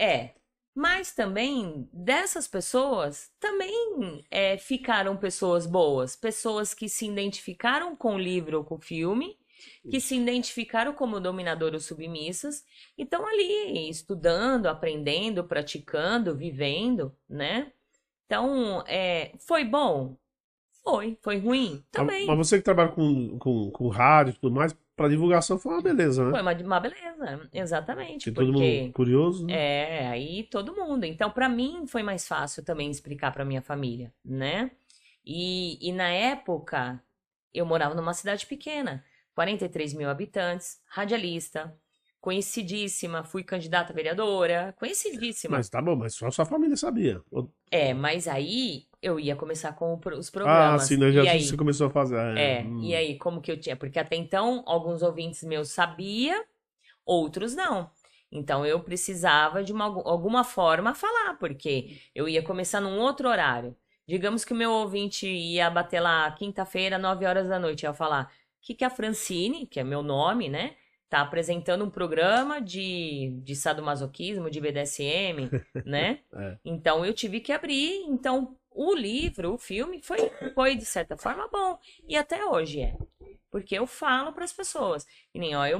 Mas também, dessas pessoas, também ficaram pessoas boas. Pessoas que se identificaram com o livro ou com o filme, que se identificaram como dominadoras submissas, e estão ali estudando, aprendendo, praticando, vivendo, né? Então, foi bom? Foi ruim? Também. Mas você que trabalha com rádio e tudo mais, pra divulgação foi uma beleza, né? Foi uma beleza, exatamente. Porque todo mundo curioso, né? Aí todo mundo. Então, pra mim, foi mais fácil também explicar pra minha família, né? E na época, eu morava numa cidade pequena, 43 mil habitantes, radialista, conhecidíssima, fui candidata a vereadora, conhecidíssima. Mas tá bom, mas só sua família sabia. Mas aí eu ia começar com os programas. Ah, sim, né? Já você começou a fazer. E aí, como que eu tinha? Porque até então, alguns ouvintes meus sabiam, outros não. Então, eu precisava de alguma forma falar, porque eu ia começar num outro horário. Digamos que o meu ouvinte ia bater lá quinta-feira, 9 horas da noite, ia falar que a Francine, que é meu nome, né? Tá apresentando um programa de sadomasoquismo, de BDSM, né? Então, eu tive que abrir. Então, o livro, o filme, foi de certa forma bom. E até hoje é. Porque eu falo para as pessoas. E nem, ó,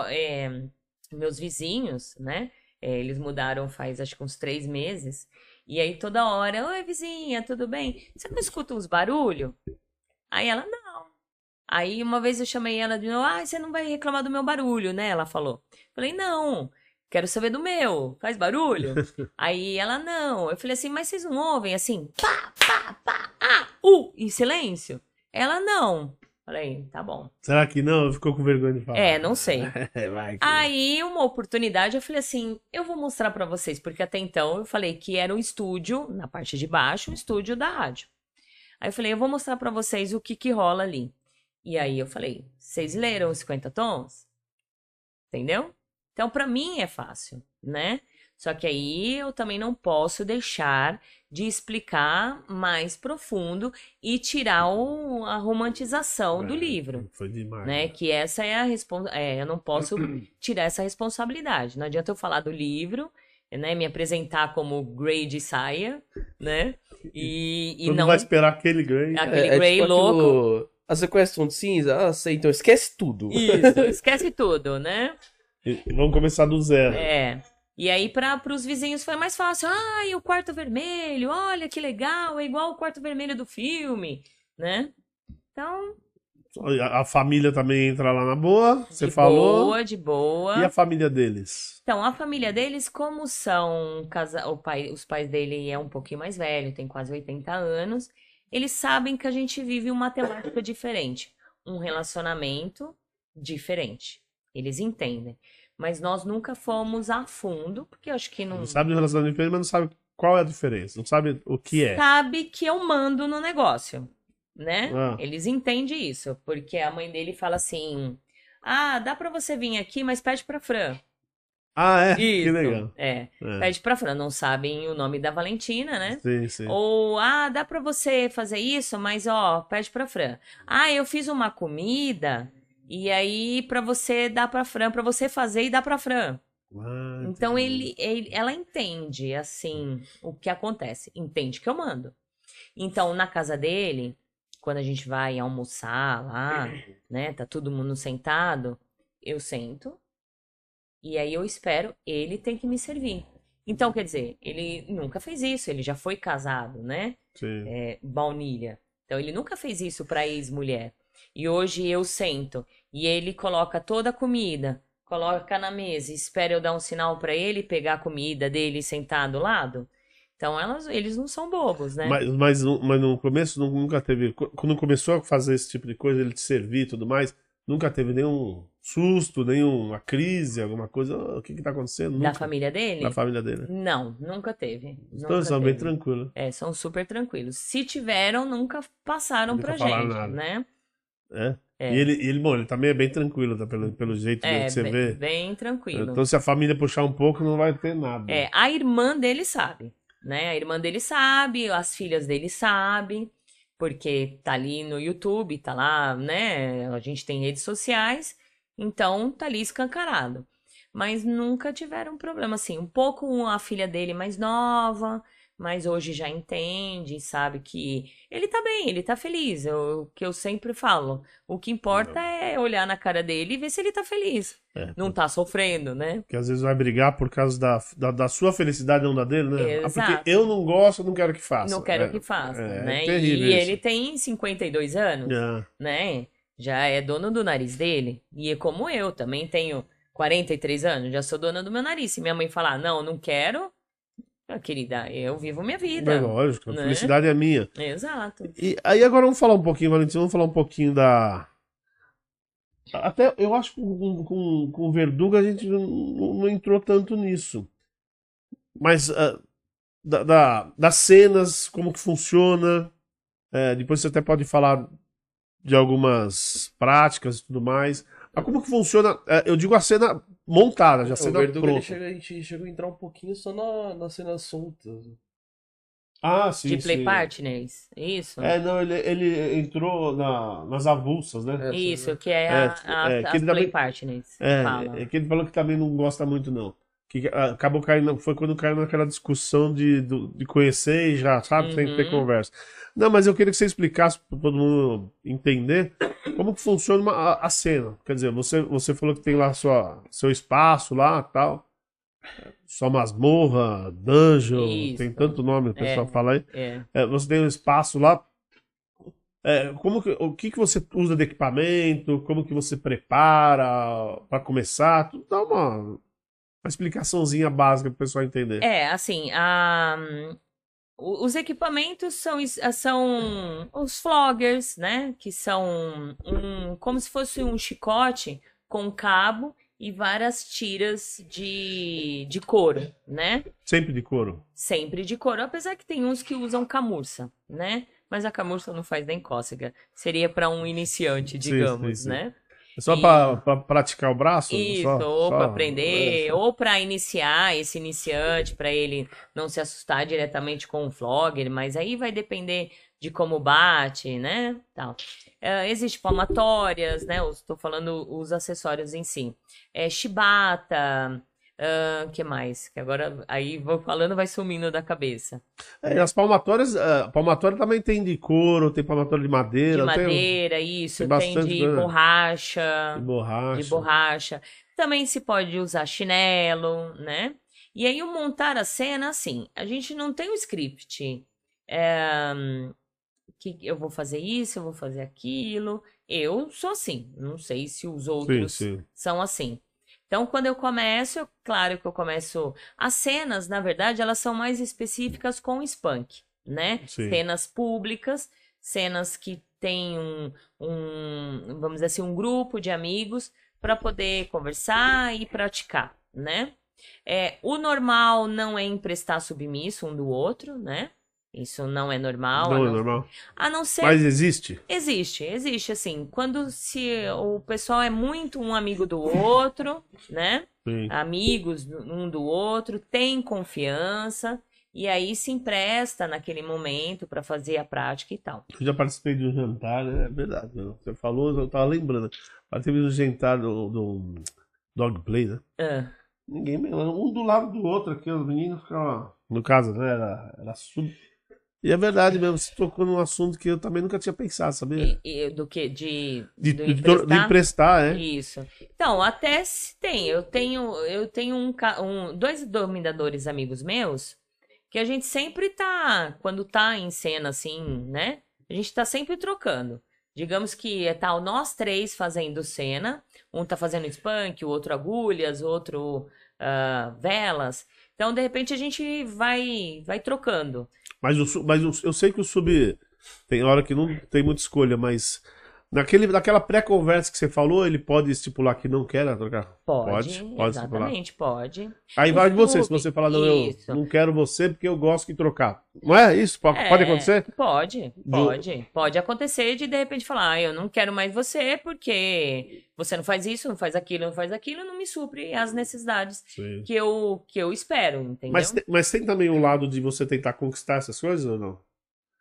meus vizinhos, né? Eles mudaram faz, acho que uns 3 meses. E aí, toda hora, oi, vizinha, tudo bem? Você não escuta uns barulhos? Aí ela, não. Aí, uma vez eu chamei ela de novo, você não vai reclamar do meu barulho, né? Ela falou. Falei, não, quero saber do meu, faz barulho? Aí ela, não. Eu falei assim, mas vocês não ouvem assim, pá, pá, pá, em silêncio? Ela, não. Falei, tá bom. Será que não? Ficou com vergonha de falar? Não sei. Vai que... Aí, uma oportunidade, eu falei assim, eu vou mostrar pra vocês, porque até então eu falei que era um estúdio, na parte de baixo, um estúdio da rádio. Aí eu falei, eu vou mostrar pra vocês o que rola ali. E aí eu falei, vocês leram os 50 tons? Entendeu? Então, pra mim é fácil, né? Só que aí eu também não posso deixar de explicar mais profundo e tirar a romantização do livro. Foi demais. Né? Que essa é a eu não posso tirar essa responsabilidade. Não adianta eu falar do livro, né? Me apresentar como Grey de saia, né? E Todo não vai esperar aquele Grey. Aquele Grey tipo louco. Você conhece tom de cinza? Sei, então esquece tudo. Isso, esquece tudo, né? E vamos começar do zero. E aí, para os vizinhos foi mais fácil. E o quarto vermelho, olha que legal, é igual o quarto vermelho do filme, né? Então... A família também entra lá na boa, você falou. De boa. E a família deles? Então, a família deles, como são... os pais dele é um pouquinho mais velho, tem quase 80 anos. Eles sabem que a gente vive uma temática diferente. Um relacionamento diferente. Eles entendem. Mas nós nunca fomos a fundo, porque eu acho que não... Não sabe do relacionamento diferente, mas não sabe qual é a diferença. Não sabe o que é. Sabe que eu mando no negócio, né? Eles entendem isso, porque a mãe dele fala assim, dá pra você vir aqui, mas pede pra Fran. Isso. Que legal. Pede pra Fran, não sabem o nome da Valentina, né? Sim. Ou, dá pra você fazer isso, mas pede pra Fran. Eu fiz uma comida... E aí, pra você dar pra Fran, pra você fazer e dar pra Fran. Então, ela entende, assim, o que acontece. Entende que eu mando. Então, na casa dele, quando a gente vai almoçar lá, né, tá todo mundo sentado, eu sento. E aí, eu espero, ele tem que me servir. Então, quer dizer, ele nunca fez isso, ele já foi casado, né? Sim. Baunilha. Então, ele nunca fez isso pra ex-mulher. E hoje eu sento e ele coloca toda a comida, coloca na mesa e espera eu dar um sinal pra ele pegar a comida dele e sentar do lado. Então eles não são bobos, né? Mas no começo nunca teve... Quando começou a fazer esse tipo de coisa, ele te servir e tudo mais, nunca teve nenhum susto, nenhuma crise, alguma coisa? O que tá acontecendo? Da família dele? Da família dele. Não, nunca teve. Então eles são bem tranquilos. São super tranquilos. Se tiveram, nunca passaram pra gente, nada. Né? E ele também é bem tranquilo, tá? Pelo jeito que você vê. Bem tranquilo. Então, se a família puxar um pouco, não vai ter nada. A irmã dele sabe, né? A irmã dele sabe, as filhas dele sabem, porque tá ali no YouTube, tá lá, né? A gente tem redes sociais, então tá ali escancarado. Mas nunca tiveram problema, assim. Um pouco a filha dele mais nova, mas hoje já entende, sabe que ele tá bem, ele tá feliz. O que eu sempre falo, o que importa é olhar na cara dele e ver se ele tá feliz. Não tá sofrendo, né? Porque às vezes vai brigar por causa da sua felicidade, não da dele, né? Exato. Porque eu não gosto, eu não quero que faça. Não quero que faça, né? É terrível e isso. ele tem 52 anos, né? Já é dono do nariz dele. E é como eu, também tenho 43 anos, já sou dona do meu nariz. Se minha mãe falar, não quero, querida, eu vivo minha vida. É lógico, a né? felicidade é minha. Exato. E aí agora vamos falar um pouquinho, Valentim, vamos falar um pouquinho da... Até eu acho que com o Verdugo a gente não entrou tanto nisso. Mas das cenas, como que funciona. Depois você até pode falar de algumas práticas e tudo mais. Mas como que funciona? Eu digo a cena montada, já a cena o Verdugo, pronta. a gente chegou a entrar um pouquinho só na cena solta. Ah, sim, De play sim. partners, isso? Não, ele entrou nas avulsas, né? Isso, que é as que ele play também, partners. que ele falou que também não gosta muito, não. Que acabou caindo, foi quando caiu naquela discussão de conhecer e já, sabe, sem ter conversa. Não, mas eu queria que você explicasse para todo mundo entender como que funciona a cena. Quer dizer, você falou que tem lá seu espaço lá, tal. Só masmorra, dungeon, Isso. tem tanto nome, o pessoal fala aí. Você tem um espaço lá. O que você usa de equipamento? Como que você prepara para começar? Tudo dá uma explicaçãozinha básica para o pessoal entender. Assim, os equipamentos são os floggers, né? Que são como se fosse um chicote com cabo e várias tiras de couro, né? Sempre de couro? Sempre de couro, apesar que tem uns que usam camurça, né? Mas a camurça não faz nem cócega. Seria para um iniciante, digamos, sim. né? É só para praticar o braço? Isso, ou para aprender, ou para iniciar esse iniciante, para ele não se assustar diretamente com o flogger, mas aí vai depender de como bate, né? Tal. Existe palmatórias, né? Estou falando os acessórios em si. Chibata, que mais? Que agora aí vou falando, vai sumindo da cabeça. As palmatórias, palmatória também tem de couro, tem palmatória de madeira. De madeira, isso, tem de borracha. De borracha. Também se pode usar chinelo, né? E aí o montar a cena, assim, a gente não tem um script. Que eu vou fazer isso, eu vou fazer aquilo. Eu sou assim, não sei se os outros são assim. Então, quando eu começo, claro que eu começo... As cenas, na verdade, elas são mais específicas com o Spunk, né? Sim. Cenas públicas, cenas que tem vamos dizer assim, um grupo de amigos para poder conversar e praticar, né? O normal não é emprestar submisso um do outro, né? Isso não é normal. Não é normal. A não ser... Mas existe? Existe, assim. Quando o pessoal é muito um amigo do outro, né? Sim. Amigos um do outro, tem confiança, e aí se empresta naquele momento para fazer a prática e tal. Eu já participei de um jantar, né? É verdade. Você falou, eu tava lembrando. Participei de um jantar do Dog Play, né? Ninguém, um do lado do outro aqui, os meninos ficavam... No caso, né? Era sub... E é verdade mesmo, você tocou num assunto que eu também nunca tinha pensado, sabia? Do que? De emprestar, Isso. Então, até se tem. Eu tenho dois dominadores amigos meus que a gente sempre tá, quando tá em cena assim, né? A gente tá sempre trocando. Digamos que nós três fazendo cena, um tá fazendo spunk, o outro agulhas, o outro velas. Então, de repente, a gente vai trocando. Mas eu sei que o sub tem hora que não tem muita escolha, mas naquela pré-conversa que você falou, ele pode estipular que não quer trocar? Pode exatamente, estipular. Pode. Aí vai de você, se você falar, não, eu não quero você porque eu gosto de trocar. Não é isso? Pode acontecer? Pode acontecer de repente falar, eu não quero mais você porque você não faz isso, não faz aquilo, não me supre as necessidades que eu espero, entendeu? Mas tem também um lado de você tentar conquistar essas coisas ou não?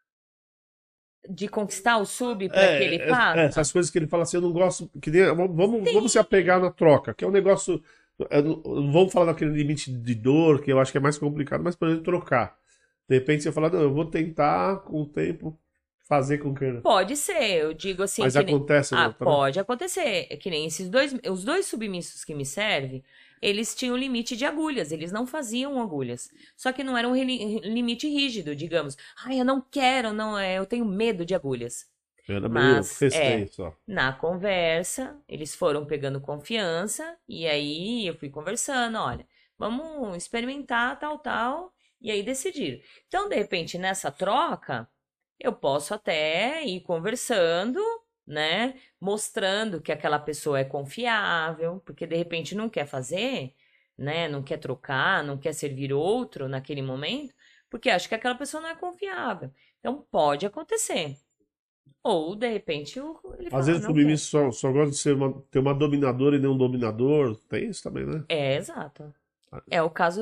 De conquistar o sub para que ele faça? Essas coisas que ele fala assim, eu não gosto. Vamos se apegar na troca, que é um negócio. Não vamos falar daquele limite de dor, que eu acho que é mais complicado, mas por exemplo, trocar. De repente você fala, não, eu vou tentar com o tempo fazer com que... Pode ser, eu digo assim... Mas acontece, nem... pode acontecer. É que nem os dois submissos que me servem, eles tinham limite de agulhas, eles não faziam agulhas. Só que não era um limite rígido, digamos. Eu não quero, não, eu tenho medo de agulhas. Era meio festeio só. Na conversa, eles foram pegando confiança, e aí eu fui conversando, olha, vamos experimentar tal, e aí decidiram. Então, de repente, nessa troca, eu posso até ir conversando, né, mostrando que aquela pessoa é confiável, porque de repente não quer fazer, né, não quer trocar, não quer servir outro naquele momento, porque acha que aquela pessoa não é confiável. Então, pode acontecer. Ou, de repente, ele fala, às vezes o submisso só gosta de ter uma dominadora e não um dominador. Tem isso também, né? Exato. É o caso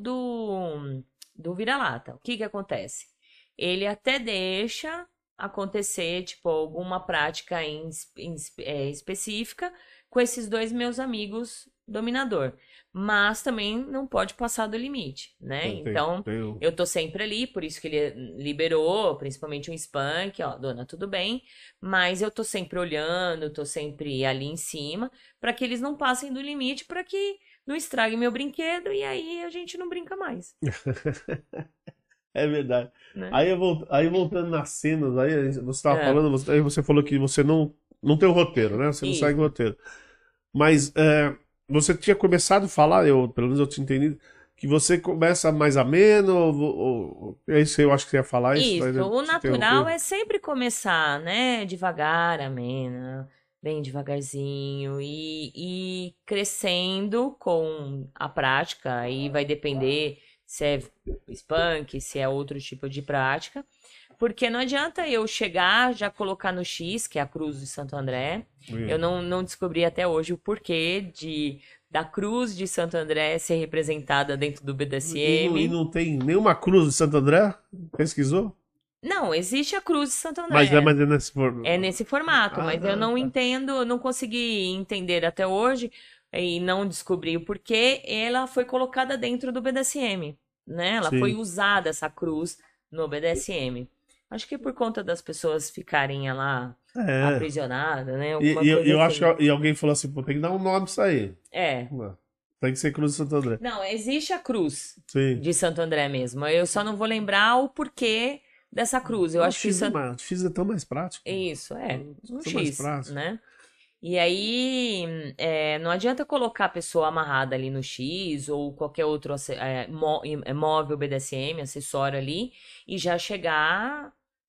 do vira-lata. O que acontece? Ele até deixa acontecer, tipo, alguma prática específica com esses dois meus amigos dominador. Mas também não pode passar do limite, né? Então, eu tô sempre ali, por isso que ele liberou, principalmente um spank, ó, dona, tudo bem, mas eu tô sempre olhando, tô sempre ali em cima, para que eles não passem do limite, para que não estrague meu brinquedo e aí a gente não brinca mais. É verdade. Né? Aí voltando nas cenas, aí você estava falando, aí você falou que você não tem o roteiro, né? Você não segue o roteiro. Mas você tinha começado a falar, pelo menos eu tinha entendido, que você começa mais ameno, é isso que eu acho que você ia falar. Isso, o natural é sempre começar, né? Devagar, amena, bem devagarzinho e crescendo com a prática. Aí vai depender se é spunk, se é outro tipo de prática. Porque não adianta eu chegar, já colocar no X, que é a cruz de Santo André. Eu não descobri até hoje o porquê da cruz de Santo André ser representada dentro do BDSM. E não tem nenhuma cruz de Santo André? Pesquisou? Não, existe a cruz de Santo André. Mas é nesse formato. É nesse formato, mas eu não entendo, não consegui entender até hoje e não descobri o porquê ela foi colocada dentro do BDSM, né? Ela foi usada, essa cruz, no BDSM. Acho que por conta das pessoas ficarem lá aprisionadas, né? Eu acho que alguém falou assim, pô, tem que dar um nome isso aí. Tem que ser Cruz de Santo André. Não, existe a cruz de Santo André mesmo. Eu só não vou lembrar o porquê dessa cruz. Eu acho que o X é tão mais prático. Isso, um X, né? E aí, não adianta colocar a pessoa amarrada ali no X ou qualquer outro móvel BDSM, acessório ali, e já chegar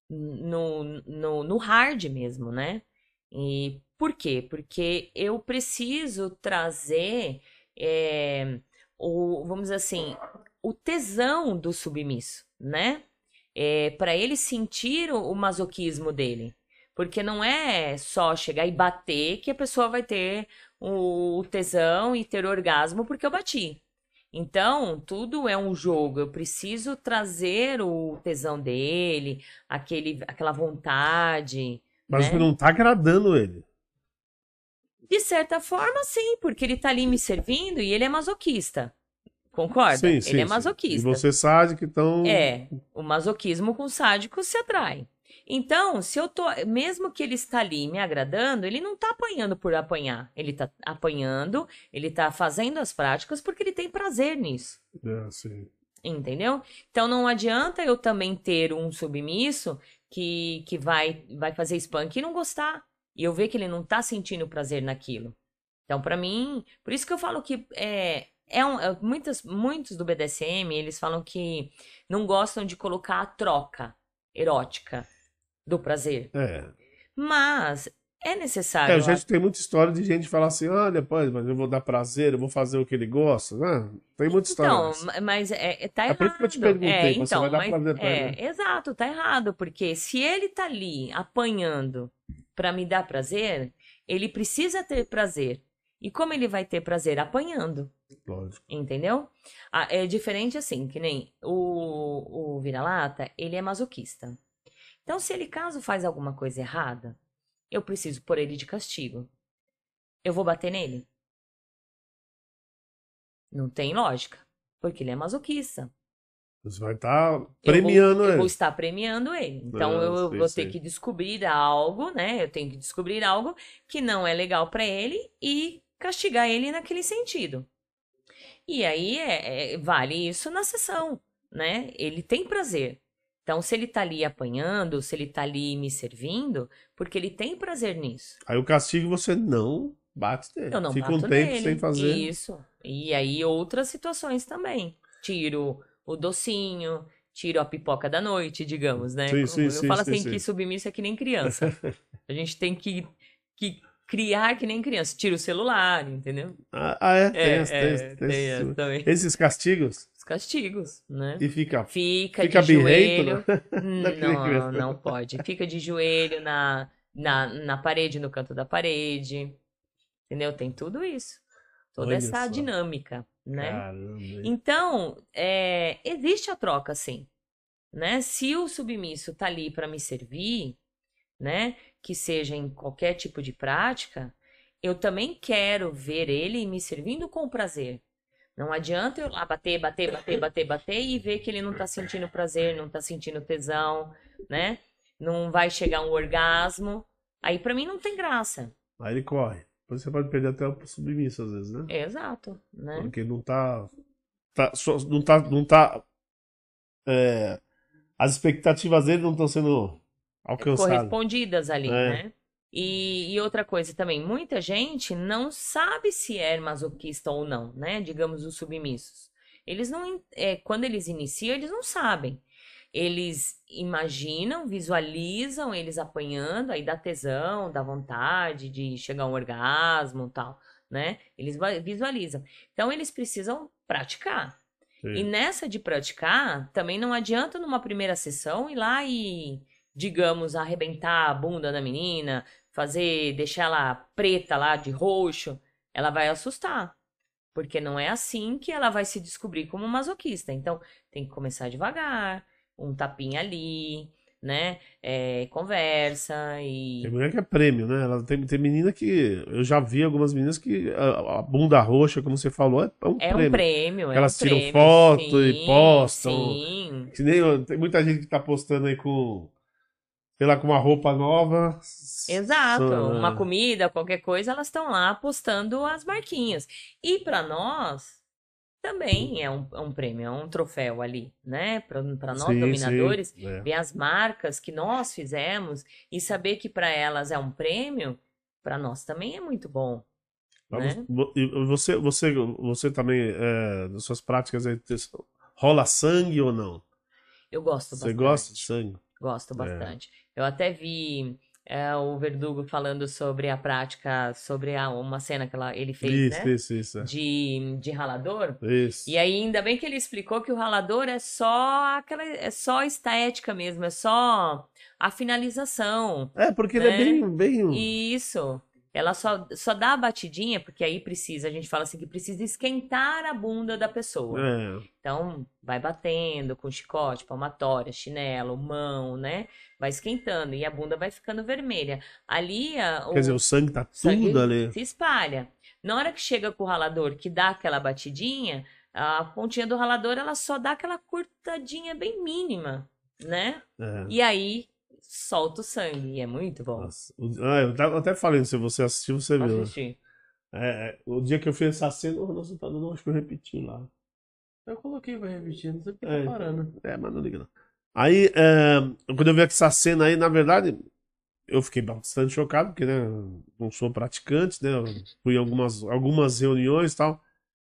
no hard mesmo, né? E por quê? Porque eu preciso trazer, vamos dizer assim, o tesão do submisso, né? Para ele sentir o masoquismo dele. Porque não é só chegar e bater que a pessoa vai ter o tesão e ter orgasmo porque eu bati. Então, tudo é um jogo. Eu preciso trazer o tesão dele, aquela vontade. Mas você não tá agradando ele. De certa forma, sim, porque ele tá ali me servindo e ele é masoquista. Concorda? Sim, ele é masoquista. E você sádico, então... o masoquismo com sádico se atrai. Então, se eu tô, mesmo que ele está ali me agradando, ele não tá apanhando por apanhar. Ele tá apanhando, ele tá fazendo as práticas porque ele tem prazer nisso. Sim. Entendeu? Então não adianta eu também ter um submisso que vai fazer spank e não gostar. E eu ver que ele não tá sentindo prazer naquilo. Então, pra mim, por isso que eu falo que muitos do BDSM, eles falam que não gostam de colocar a troca erótica do prazer. Mas é necessário. A gente tem muita história de gente falar assim, olha, mas eu vou dar prazer, eu vou fazer o que ele gosta, né? Tem muita história. Então, mas tá errado. É por isso que eu te perguntei, você vai dar prazer pra ele. Exato, tá errado, porque se ele tá ali apanhando pra me dar prazer, ele precisa ter prazer. E como ele vai ter prazer? Apanhando. Lógico. Entendeu? É diferente assim, que nem o vira-lata, ele é masoquista. Então, se ele caso faz alguma coisa errada, eu preciso pôr ele de castigo. Eu vou bater nele? Não tem lógica, porque ele é masoquista. Você vai estar premiando ele. Eu vou estar premiando ele. Então eu vou ter que descobrir algo, né? Eu tenho que descobrir algo que não é legal para ele e castigar ele naquele sentido. E aí vale isso na sessão, né? Ele tem prazer. Então, se ele tá ali apanhando, se ele tá ali me servindo, porque ele tem prazer nisso. Aí o castigo você não bate nele. Eu não Fica bato um tempo nele. sem fazer. Isso. E aí outras situações também. Tiro o docinho, tiro a pipoca da noite, digamos, né? Sim, eu falo assim sim. que submisso é que nem criança. A gente tem que criar que nem criança. Tira o celular, entendeu? Tem também. Esses castigos? Os castigos, né? E fica de joelho. Não pode. Fica de joelho na parede, no canto da parede. Entendeu? Tem tudo isso. Toda essa dinâmica, né? Caramba. Então, existe a troca, sim. Né? Se o submisso tá ali para me servir, né? Que seja em qualquer tipo de prática, eu também quero ver ele me servindo com prazer. Não adianta eu lá bater e ver que ele não tá sentindo prazer, não tá sentindo tesão, né? Não vai chegar um orgasmo. Aí pra mim não tem graça. Aí ele corre. Depois você pode perder até o submisso às vezes, né? Exato, né? Porque não tá as expectativas dele não estão sendo alcançadas. Correspondidas ali, né? E outra coisa também, muita gente não sabe se é masoquista ou não, né? Digamos, os submissos. Eles não, quando eles iniciam, eles não sabem. Eles imaginam, visualizam eles apanhando, aí dá tesão, dá vontade de chegar a um orgasmo e tal, né? Eles visualizam. Então, eles precisam praticar. Sim. E nessa de praticar, também não adianta numa primeira sessão ir lá e, digamos, arrebentar a bunda da menina, deixar ela preta lá, de roxo, ela vai assustar. Porque não é assim que ela vai se descobrir como masoquista. Então, tem que começar devagar, um tapinha ali, né? Conversa e... Tem mulher que é prêmio, né? Tem menina que... Eu já vi algumas meninas que a bunda roxa, como você falou, é um prêmio. Um prêmio, Elas tiram prêmio, foto sim, e postam. Sim. Tem muita gente que tá postando aí com... sei lá, com uma roupa nova. Exato. Uma comida, qualquer coisa, elas estão lá postando as marquinhas. E para nós, também é um prêmio, é um troféu ali, né? Para nós dominadores, ver as marcas que nós fizemos e saber que para elas é um prêmio, para nós também é muito bom. Né? Você também, nas suas práticas, rola sangue ou não? Eu gosto bastante. Você gosta de sangue? Gosto bastante. Eu até vi o Verdugo falando sobre a prática, sobre uma cena que ele fez, isso. De ralador. Isso. E aí, ainda bem que ele explicou que o ralador é só estética mesmo, é só a finalização. Porque ele é bem... Isso. Ela só dá a batidinha, porque aí a gente fala assim que precisa esquentar a bunda da pessoa. Então, vai batendo com chicote, palmatória, chinelo, mão, né? Vai esquentando e a bunda vai ficando vermelha. Ali, quer dizer, o sangue tá tudo ali. Se espalha. Na hora que chega com o ralador, que dá aquela batidinha, a pontinha do ralador, ela só dá aquela cortadinha bem mínima, né? E aí... solta o sangue, e é muito bom. Eu até falei, se você assistiu, você viu. Assisti. O dia que eu fiz essa cena, não, acho que eu repeti lá. Eu coloquei pra repetir, não sei porque tá parando. Mas não liga não. Aí, quando eu vi essa cena aí, na verdade, eu fiquei bastante chocado, porque, né, não sou praticante, né, eu fui em algumas reuniões e tal,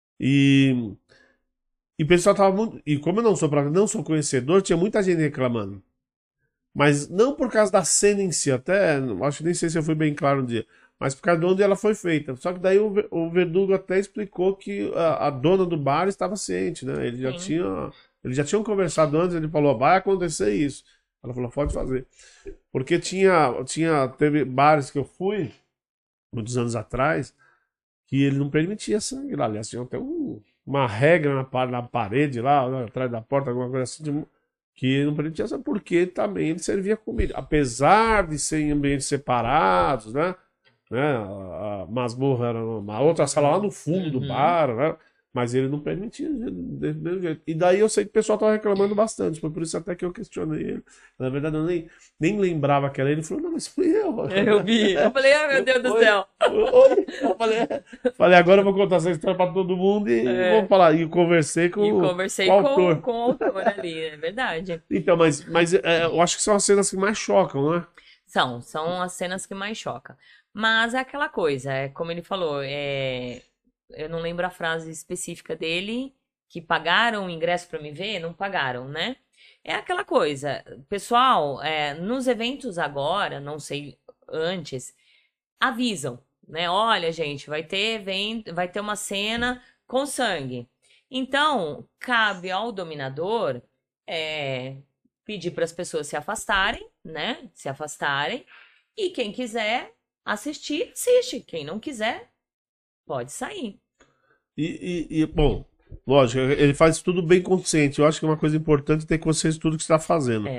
e o pessoal tava muito... E como eu não sou praticante, não sou conhecedor, tinha muita gente reclamando. Mas não por causa da cena em si, até, acho que nem sei se eu fui bem claro no dia, mas por causa de onde ela foi feita. Só que daí o Verdugo até explicou que a dona do bar estava ciente, né? Eles já tinham conversado antes, ele falou, vai acontecer isso. Ela falou, pode fazer. Porque teve bares que eu fui, muitos anos atrás, que ele não permitia sangue lá. Aliás, tinha até uma regra na parede lá, atrás da porta, alguma coisa assim, que não permitia sangue, porque também ele servia comida. Apesar de ser em ambientes separados, né? A masmorra era uma outra sala lá no fundo do bar, né? Mas ele não permitia do mesmo jeito. E daí eu sei que o pessoal tava reclamando bastante. Foi por isso até que eu questionei ele. Na verdade, eu nem lembrava que era ele. Ele falou, não, mas fui eu. Eu vi. Eu falei, ai meu Deus do céu. Eu falei, agora eu vou contar essa história pra todo mundo e vou falar. E conversei com o autor. Com o autor ali, é verdade. Então, mas eu acho que são as cenas que mais chocam, né? São as cenas que mais chocam. Mas é aquela coisa, como ele falou, eu não lembro a frase específica dele, que pagaram o ingresso pra me ver, não pagaram, né? É aquela coisa, pessoal, nos eventos agora, não sei antes, avisam, né? Olha, gente, vai ter evento, vai ter uma cena com sangue. Então, cabe ao dominador pedir para as pessoas se afastarem, né? Se afastarem. E quem quiser assistir, assiste. Quem não quiser, pode sair. Bom, lógico, ele faz tudo bem consciente. Eu acho que é uma coisa importante ter consciência de tudo que você está fazendo.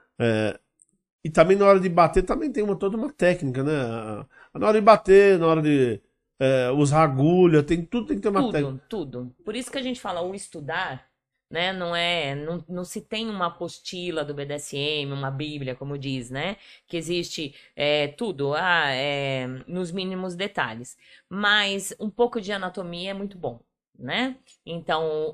E também na hora de bater, também tem toda uma técnica, né? Na hora de bater, na hora de usar agulha, tudo tem que ter uma técnica. Tudo. Por isso que a gente fala o estudar, né? Não se tem uma apostila do BDSM, uma bíblia, como diz, né? Que existe tudo, nos mínimos detalhes. Mas um pouco de anatomia é muito bom, né? Então,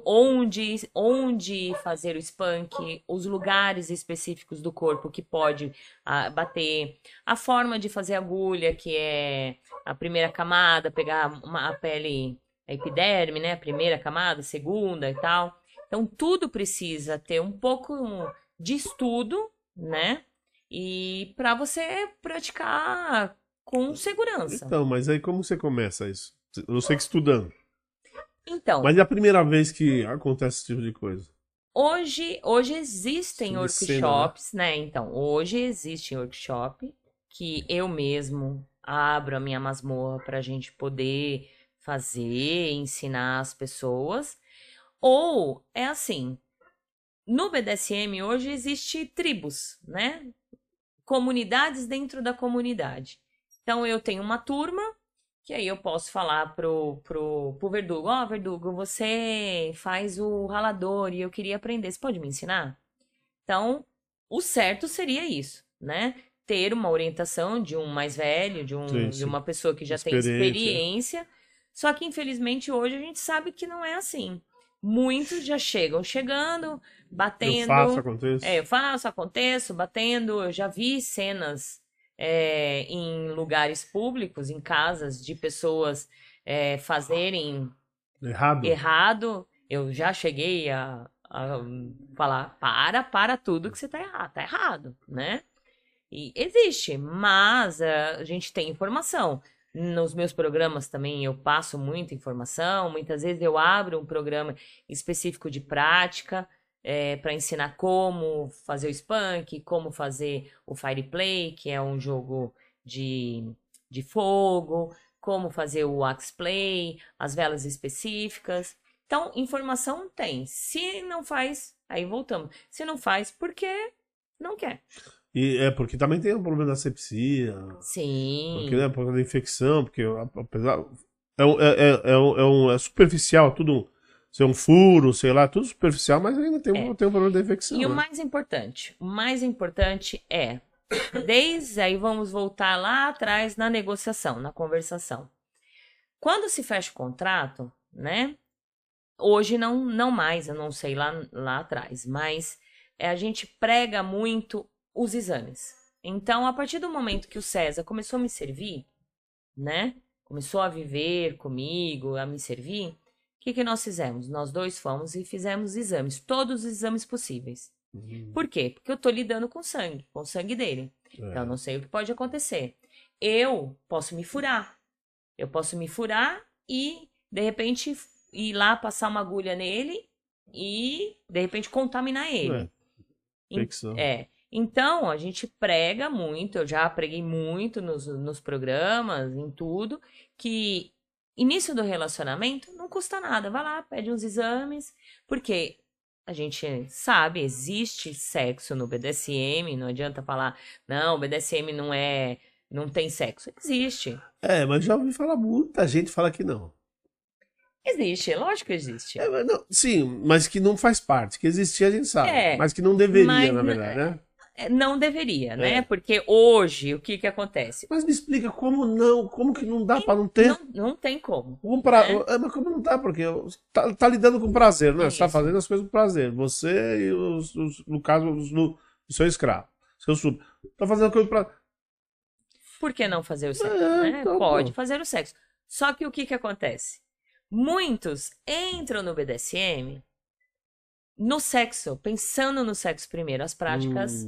onde fazer o spank, os lugares específicos do corpo que pode bater, a forma de fazer agulha, que é a primeira camada, pegar a pele, a epiderme, né? A primeira camada, a segunda e tal. Então, tudo precisa ter um pouco de estudo, né? E para você praticar com segurança. Então, mas aí como você começa isso? Eu sei que estudando. Então. Mas é a primeira vez que acontece esse tipo de coisa. Hoje existem workshops, né? Então, hoje existe workshop que eu mesmo abro a minha masmorra para a gente poder fazer, ensinar as pessoas. Ou é assim, no BDSM hoje existe tribos, né? Comunidades dentro da comunidade. Então eu tenho uma turma que aí eu posso falar pro Verdugo, Verdugo, você faz o ralador e eu queria aprender, você pode me ensinar? Então, o certo seria isso, né? Ter uma orientação de um mais velho, de uma pessoa que já tem experiência. Só que infelizmente hoje a gente sabe que não é assim. Muitos já chegando, batendo. Eu faço, aconteço. Eu faço, aconteço, batendo. Eu já vi cenas em lugares públicos, em casas de pessoas fazerem errado. Eu já cheguei a falar, para tudo que você tá errado, né? E existe, mas a gente tem informação. Nos meus programas também eu passo muita informação, muitas vezes eu abro um programa específico de prática para ensinar como fazer o spank, como fazer o fire play, que é um jogo de fogo, como fazer o axe play, as velas específicas. Então, informação tem. Se não faz, aí voltamos. Se não faz, porque não quer. E porque também tem um problema da sepsia. Sim. Porque, né, por causa da infecção, porque apesar. É superficial, tudo ser um furo, sei lá, tudo superficial, mas ainda tem um problema da infecção. E né? o mais importante é, aí vamos voltar lá atrás na negociação, na conversação. Quando se fecha o contrato, né? Hoje não mais, eu não sei lá atrás, mas a gente prega muito os exames. Então, a partir do momento que o César começou a me servir, né? Começou a viver comigo, a me servir, o que nós fizemos? Nós dois fomos e fizemos exames, todos os exames possíveis. Por quê? Porque eu tô lidando com o sangue dele. Então, eu não sei o que pode acontecer. Eu posso me furar. Eu posso me furar e, de repente, ir lá passar uma agulha nele e, de repente, contaminar ele. Infecção. Então, a gente prega muito, eu já preguei muito nos programas, em tudo, que início do relacionamento não custa nada. Vai lá, pede uns exames, porque a gente sabe, existe sexo no BDSM, não adianta falar, não, o BDSM não tem sexo. Existe. Mas já ouvi falar, muita gente fala que não. Existe, lógico que existe. Não, sim, mas que não faz parte. Que existia, a gente sabe. Mas que não deveria, na verdade, né? Não deveria, né? Porque hoje, o que acontece? Mas me explica como não, como que não dá pra não ter? Não tem como. Mas como não dá? Porque tá lidando com prazer, né? Você tá fazendo as coisas com prazer. Você e, no caso, o seu escravo, seu sub. Tá fazendo a coisa pra... Por que não fazer o sexo, né? Então, pode fazer o sexo. Só que o que acontece? Muitos entram no BDSM... No sexo, pensando no sexo primeiro, as práticas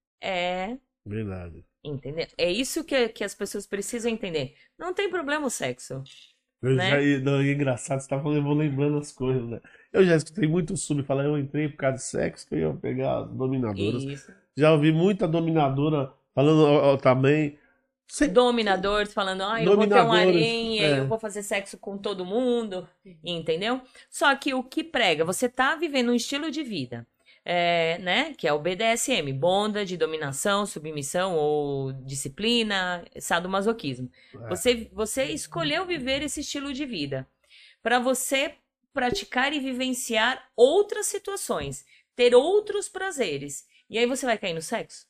Verdade. Entendeu? É isso que as pessoas precisam entender. Não tem problema o sexo. Não, é engraçado, você tá falando, eu vou lembrando as coisas, né? Eu já escutei muito sub falar, eu entrei por causa de sexo, que eu ia pegar dominadoras. Isso. Já ouvi muita dominadora falando também. Dominadores falando, eu vou ter um harém, eu vou fazer sexo com todo mundo, entendeu? Só que o que prega, você tá vivendo um estilo de vida, né? Que é o BDSM, bondage, dominação, submissão ou disciplina, sadomasoquismo. Você escolheu viver esse estilo de vida para você praticar e vivenciar outras situações, ter outros prazeres. E aí você vai cair no sexo?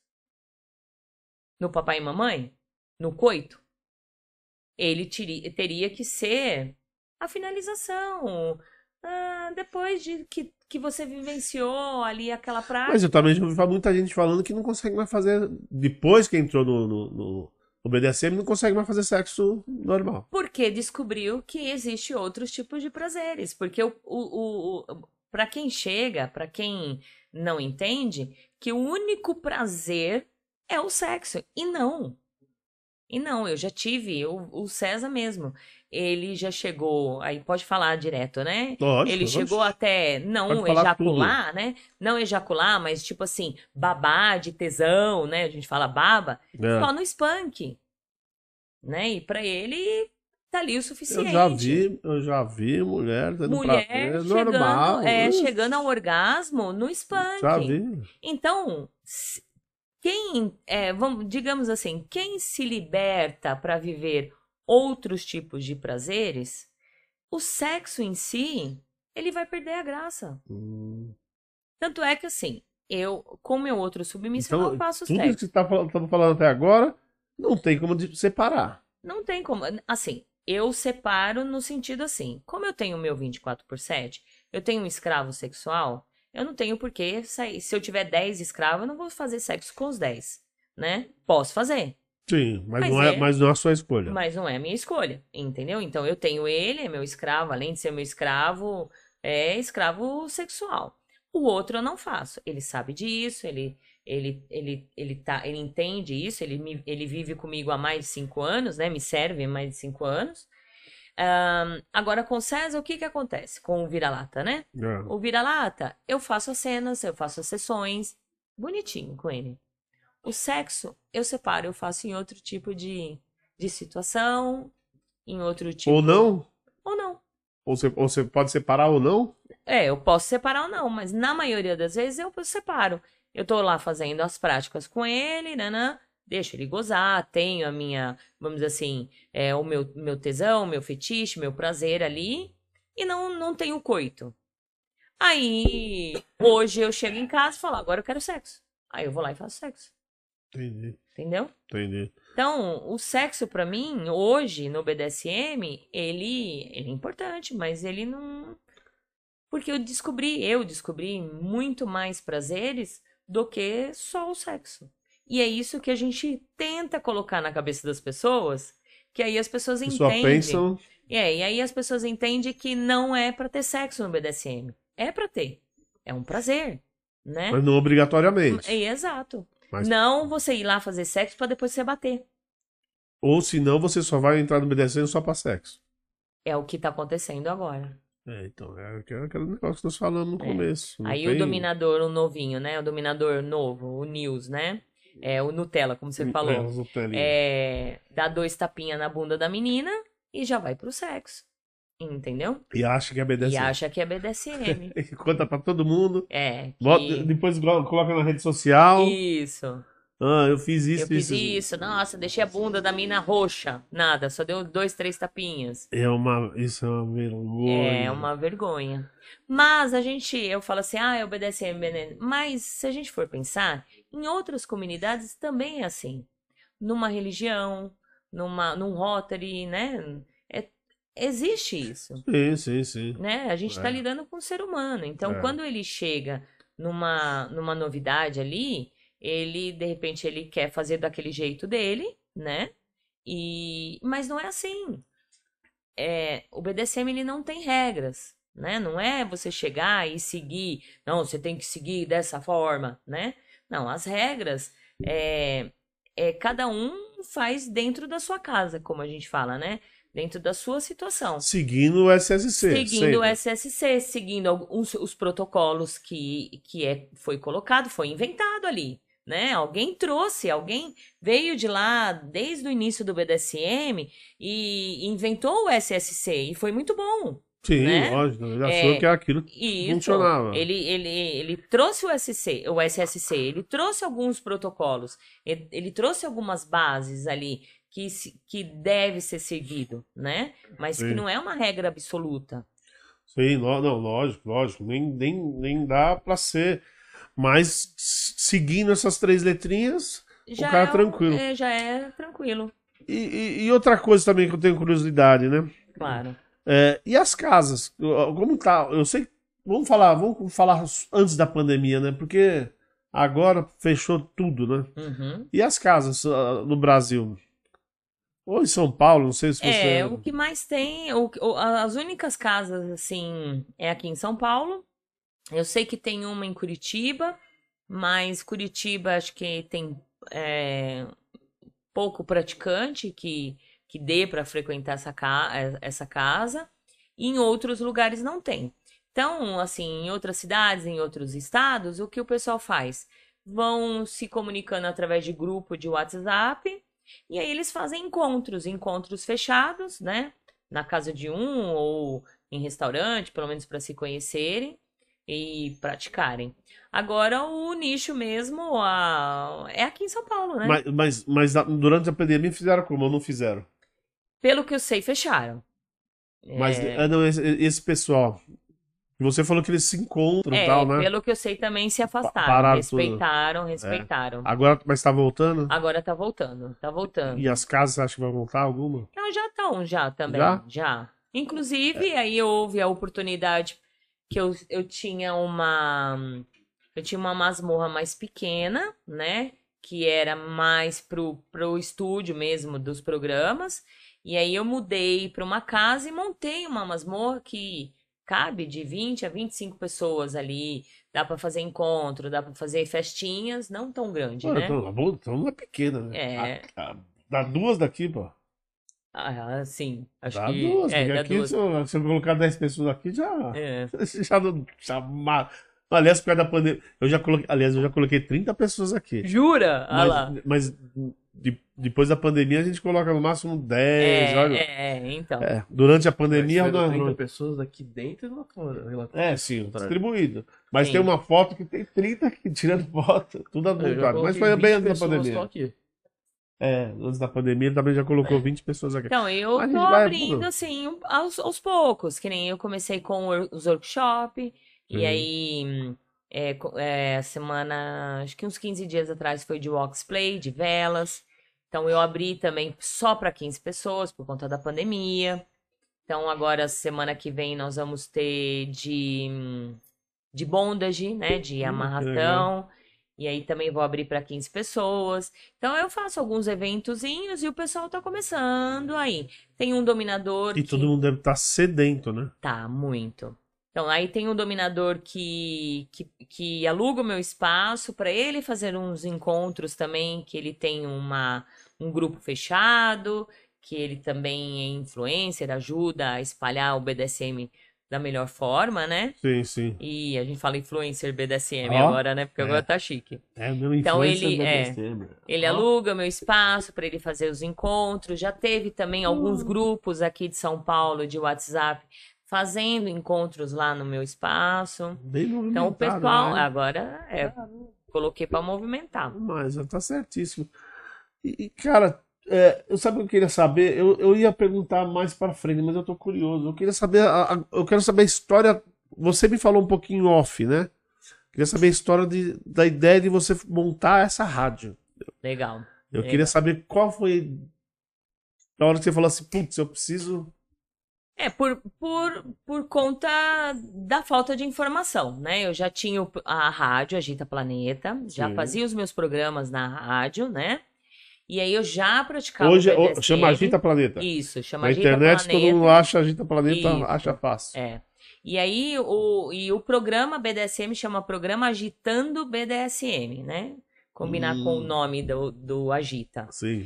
No papai e mamãe? No coito, ele teria que ser a finalização. Depois de que você vivenciou ali aquela prática. Mas eu também já ouvi muita gente falando que não consegue mais fazer, depois que entrou no BDSM, não consegue mais fazer sexo normal. Porque descobriu que existe outros tipos de prazeres. Porque para quem chega, para quem não entende, que o único prazer é o sexo. E não, eu já tive, o César mesmo, ele já chegou, aí pode falar direto, né? Lógico, ele chegou até não ejacular, tudo, né? Não ejacular, mas tipo assim, babar de tesão, né? A gente fala baba, só no spank, né? E pra ele tá ali o suficiente. Eu já vi mulher tendo prazer chegando, normal. Chegando ao orgasmo no spank. Já vi. Então... digamos assim, quem se liberta para viver outros tipos de prazeres, o sexo em si, ele vai perder a graça. Tanto é que assim, com meu outro submissão, eu faço tudo sexo. Tudo que você estamos falando até agora, não tem como separar. Não tem como. Assim, eu separo no sentido assim, como eu tenho o meu 24/7, eu tenho um escravo sexual... Eu não tenho por que sair. Se eu tiver 10 escravos, eu não vou fazer sexo com os 10, né? Posso fazer. Sim, mas não é a sua escolha. Mas não é a minha escolha, entendeu? Então eu tenho ele, é meu escravo, além de ser meu escravo, é escravo sexual. O outro eu não faço. Ele sabe disso, ele entende isso, ele vive comigo há mais de 5 anos, né? Me serve há mais de 5 anos. Agora com o César, o que acontece? Com o vira-lata, né? O vira-lata, eu faço as cenas, eu faço as sessões, bonitinho com ele. O sexo, eu separo, eu faço em outro tipo de situação, em outro tipo... Ou não? Ou não. Ou você pode separar ou não? Eu posso separar ou não, mas na maioria das vezes eu separo. Eu tô lá fazendo as práticas com ele, deixo ele gozar, tenho a minha, vamos dizer assim, o meu tesão, meu fetiche, meu prazer ali, e não tenho coito. Aí, hoje eu chego em casa e falo, agora eu quero sexo. Aí eu vou lá e faço sexo. Entendi. Entendeu? Entendi. Então, o sexo pra mim, hoje, no BDSM, ele é importante, mas ele não... Porque eu descobri muito mais prazeres do que só o sexo. E é isso que a gente tenta colocar na cabeça das pessoas, que aí as pessoas entendem. Só pensam... E aí as pessoas entendem que não é pra ter sexo no BDSM. É pra ter. É um prazer, né? Mas não obrigatoriamente. Exato. Mas... Não você ir lá fazer sexo pra depois você bater. Ou senão você só vai entrar no BDSM só pra sexo. É o que tá acontecendo agora. Então, é aquele negócio que nós falamos no começo. Aí o dominador, o novinho, né? O dominador novo, o Nils, né? O Nutella, como você falou. Dá 2 tapinhas na bunda da menina e já vai pro sexo. Entendeu? E acha que é BDSM. E conta pra todo mundo. Que... Depois coloca na rede social. Isso. Eu fiz isso. Eu fiz isso. Nossa, deixei a bunda da mina roxa. Nada, só deu 2, 3 tapinhas. Isso é uma vergonha. É uma vergonha. Mas eu falo assim, é o BDSM, mas se a gente for pensar, em outras comunidades também é assim. Numa religião, num Rotary, né? Existe isso. Sim. Né? A gente está lidando com o ser humano. Então, quando ele chega numa novidade ali, de repente, ele quer fazer daquele jeito dele, né? Mas não é assim. O BDSM, ele não tem regras, né? Não é você chegar e seguir, não, você tem que seguir dessa forma, né? Não, as regras, cada um faz dentro da sua casa, como a gente fala, né? Dentro da sua situação. Seguindo o SSC. Seguindo o SSC, seguindo os protocolos que foi colocado, foi inventado ali, né? Alguém veio de lá desde o início do BDSM e inventou o SSC e foi muito bom. Sim, né? Lógico, ele achou que aquilo funcionava. Ele trouxe o SSC, ele trouxe alguns protocolos, ele trouxe algumas bases ali que deve ser seguido, né? Mas que não é uma regra absoluta. Sim, não, lógico. Nem dá pra ser. Mas seguindo essas 3 letrinhas, o cara é tranquilo. Já é tranquilo. E outra coisa também que eu tenho curiosidade, né? Claro. E as casas? Como tá? Eu sei. Vamos falar antes da pandemia, né? Porque agora fechou tudo, né? Uhum. E as casas no Brasil? Ou em São Paulo, não sei se você... o que mais tem, as únicas casas, assim, é aqui em São Paulo. Eu sei que tem uma em Curitiba, mas Curitiba acho que tem pouco praticante que dê para frequentar essa casa. E em outros lugares não tem. Então, assim, em outras cidades, em outros estados, o que o pessoal faz? Vão se comunicando através de grupo de WhatsApp. E aí eles fazem encontros fechados, né? Na casa de um ou em restaurante, pelo menos para se conhecerem e praticarem. Agora o nicho mesmo é aqui em São Paulo, né? Mas durante a pandemia fizeram como ou não fizeram? Pelo que eu sei, fecharam. Mas não, esse pessoal, você falou que eles se encontram e tal, né? Pelo que eu sei, também se afastaram. Pararam Respeitaram. Agora, mas tá voltando? Agora tá voltando. E as casas, você acha que vai voltar alguma? Não, já estão, já também. Já. Inclusive, aí houve a oportunidade que eu tinha uma masmorra mais pequena, né? Que era mais pro estúdio mesmo dos programas. E aí eu mudei para uma casa e montei uma masmorra que cabe de 20 a 25 pessoas ali. Dá para fazer encontro, dá para fazer festinhas, não tão grande, né? Então não é pequena, né? Dá 2 daqui, pô. Sim. Acho dá que 2, porque dá aqui 2. se eu colocar 10 pessoas aqui, já aliás, por causa da pandemia, eu já coloquei 30 pessoas aqui. Jura? Mas depois da pandemia a gente coloca no máximo 10. Então. Durante a pandemia... 30 pessoas aqui dentro e lá fora. Sim, distribuído. Mas tem uma foto que tem 30 aqui, tirando foto, tudo adultado. Mas foi bem antes da pandemia. Aqui. Antes da pandemia ele também já colocou 20 pessoas aqui. Então, eu tô abrindo, assim, aos poucos, que nem eu comecei com os workshops, e aí, a semana, acho que uns 15 dias atrás foi de Wax Play, de velas. Então, eu abri também só para 15 pessoas, por conta da pandemia. Então, agora, semana que vem, nós vamos ter de bondage, né, de amarratão. E aí, também vou abrir para 15 pessoas. Então, eu faço alguns eventozinhos e o pessoal tá começando aí. Tem um dominador todo mundo deve estar sedento, né? Tá, muito. Então, aí tem um dominador que aluga o meu espaço para ele fazer uns encontros também, que ele tem um grupo fechado, que ele também é influencer, ajuda a espalhar o BDSM da melhor forma, né? Sim. E a gente fala influencer BDSM agora, né? Porque agora tá chique. Meu então BDSM. Ele aluga meu espaço para ele fazer os encontros. Já teve também alguns grupos aqui de São Paulo de WhatsApp fazendo encontros lá no meu espaço. Bem então o pessoal né? agora coloquei pra movimentar. Mas tá certíssimo. Cara, eu sabe o que eu queria saber? Eu ia perguntar mais pra frente, mas eu tô curioso. Eu queria saber, eu quero saber a história. Você me falou um pouquinho off, né? Queria saber a história da ideia de você montar essa rádio. Legal. Eu queria saber qual foi a hora que você falou assim, putz, eu preciso... Por conta da falta de informação, né? Eu já tinha a rádio Agita Planeta, já fazia os meus programas na rádio, né? E aí eu já praticava Hoje o BDSM. chama Agita Planeta. Isso, chama Na Agita internet Planeta. todo mundo acha Agita Planeta, Isso. acha fácil. E aí o programa BDSM chama Programa Agitando BDSM, né? Combinar com o nome do Agita. Sim.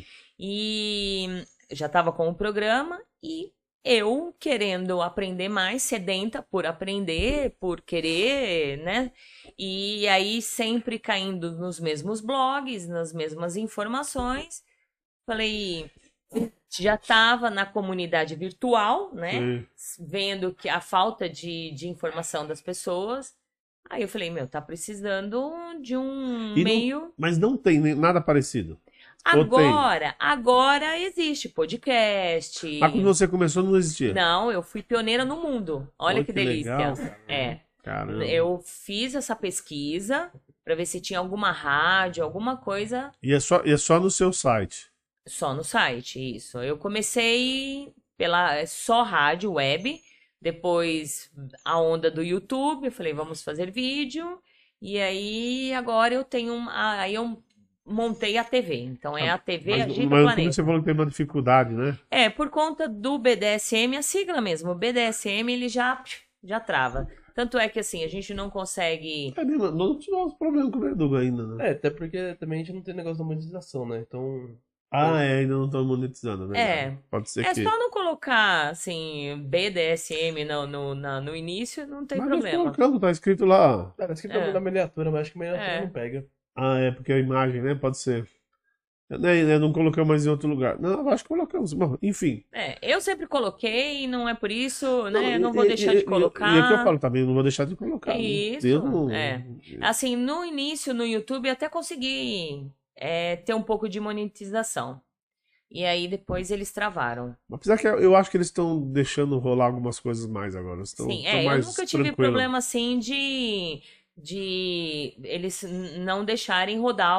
E já estava com o programa e eu querendo aprender mais, sedenta por aprender, por querer, né? E aí sempre caindo nos mesmos blogs, nas mesmas informações. Falei, já estava na comunidade virtual, né? Vendo que a falta de informação das pessoas. Aí eu falei, tá precisando de um meio... Mas não tem nada parecido. Agora existe podcast. Mas quando você começou não existia? Não, eu fui pioneira no mundo. Olha que delícia. Legal, Caramba. Eu fiz essa pesquisa para ver se tinha alguma rádio, alguma coisa. E é só no seu site? Só no site, isso. Eu comecei pela só rádio web, depois a onda do YouTube, eu falei, vamos fazer vídeo. E aí agora eu tenho aí eu montei a TV. Então é a TV Agita Planeta. Mas você falou que tem uma dificuldade, né? Por conta do BDSM, a sigla mesmo. O BDSM ele já trava. Tanto é que assim, a gente não consegue... Não tivemos problema com o Verdugo ainda, né? Até porque também a gente não tem negócio da monetização, né? Então... ainda não estão monetizando, né? Pode ser que... só não colocar, assim, BDSM no início, não tem problema. Mas colocando, tá escrito lá. Tá escrito na miniatura, mas acho que a miniatura não pega. Porque a imagem, né? Pode ser. Não colocamos mais em outro lugar. Não, acho que colocamos. Bom, enfim. Eu sempre coloquei, não é por isso, né? Não vou deixar de colocar. E é o que eu falo também, não vou deixar de colocar. Isso, Assim, no início, no YouTube, até consegui ter um pouco de monetização. E aí, depois, eles travaram. Apesar que eu acho que eles estão deixando rolar algumas coisas mais agora. Sim, eu nunca tive problema, assim, de eles não deixarem rodar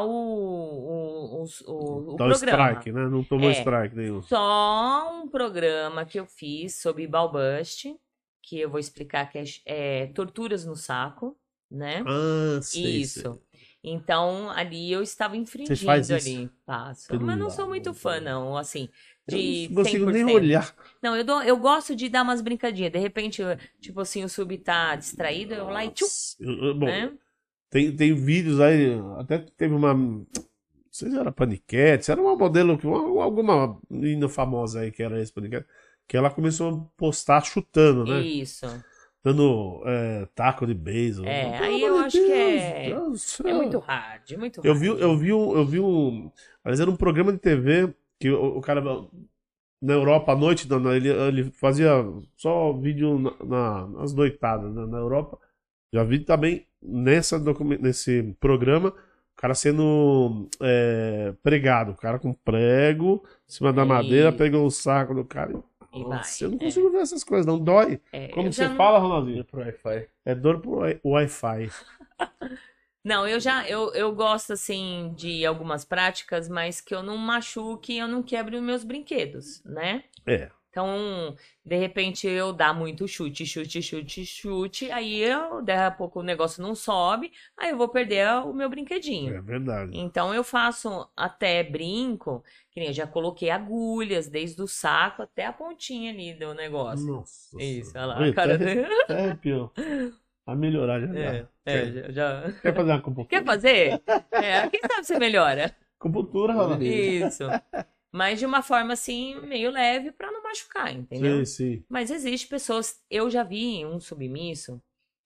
o programa. Strike, né? Não tomou strike nenhum. Só um programa que eu fiz sobre Balbust, que eu vou explicar que é torturas no saco, né? Sei. Isso. Então, ali eu estava infringindo ali. Passo. Mas não sou muito fã, não, assim, de 100%. Não consigo nem olhar. Não, eu gosto de dar umas brincadinhas. De repente, tipo assim, o sub tá distraído, eu vou lá e tchum. Bom, tem vídeos aí, até teve uma... Não sei se era Paniquete, se era uma modelo, alguma menina famosa aí que era esse Paniquete, que ela começou a postar chutando, né? Isso. Dando taco de beisebol. Aí eu acho que é muito hard, muito hard. Eu vi um... Mas era um programa de TV que o cara... Na Europa, à noite, ele fazia só vídeo nas noitadas, né? Na Europa. Já vi também nesse programa o cara sendo pregado. O cara com prego em cima da madeira, pegou o saco do cara e nossa, eu não consigo ver essas coisas, não dói. Como você fala, Ronaldinho? Dor pro Wi-Fi. É dor pro Wi-Fi. Não, eu gosto, assim, de algumas práticas, mas que eu não machuque, eu não quebre os meus brinquedos, né? Então, de repente, eu dar muito chute, aí daqui a pouco o negócio não sobe, aí eu vou perder o meu brinquedinho. É verdade. Então, eu faço até brinco, que nem eu já coloquei agulhas, desde o saco até a pontinha ali do negócio. Nossa. Isso, olha lá, a cara dele. Pior. Vai melhorar já. Já. Quer fazer uma acupuntura? Quer fazer? Quem sabe você melhora. Acupuntura, Ronaldo. Isso. Mas de uma forma assim, meio leve, pra não machucar, entendeu? Sim. Mas existe pessoas... Eu já vi um submisso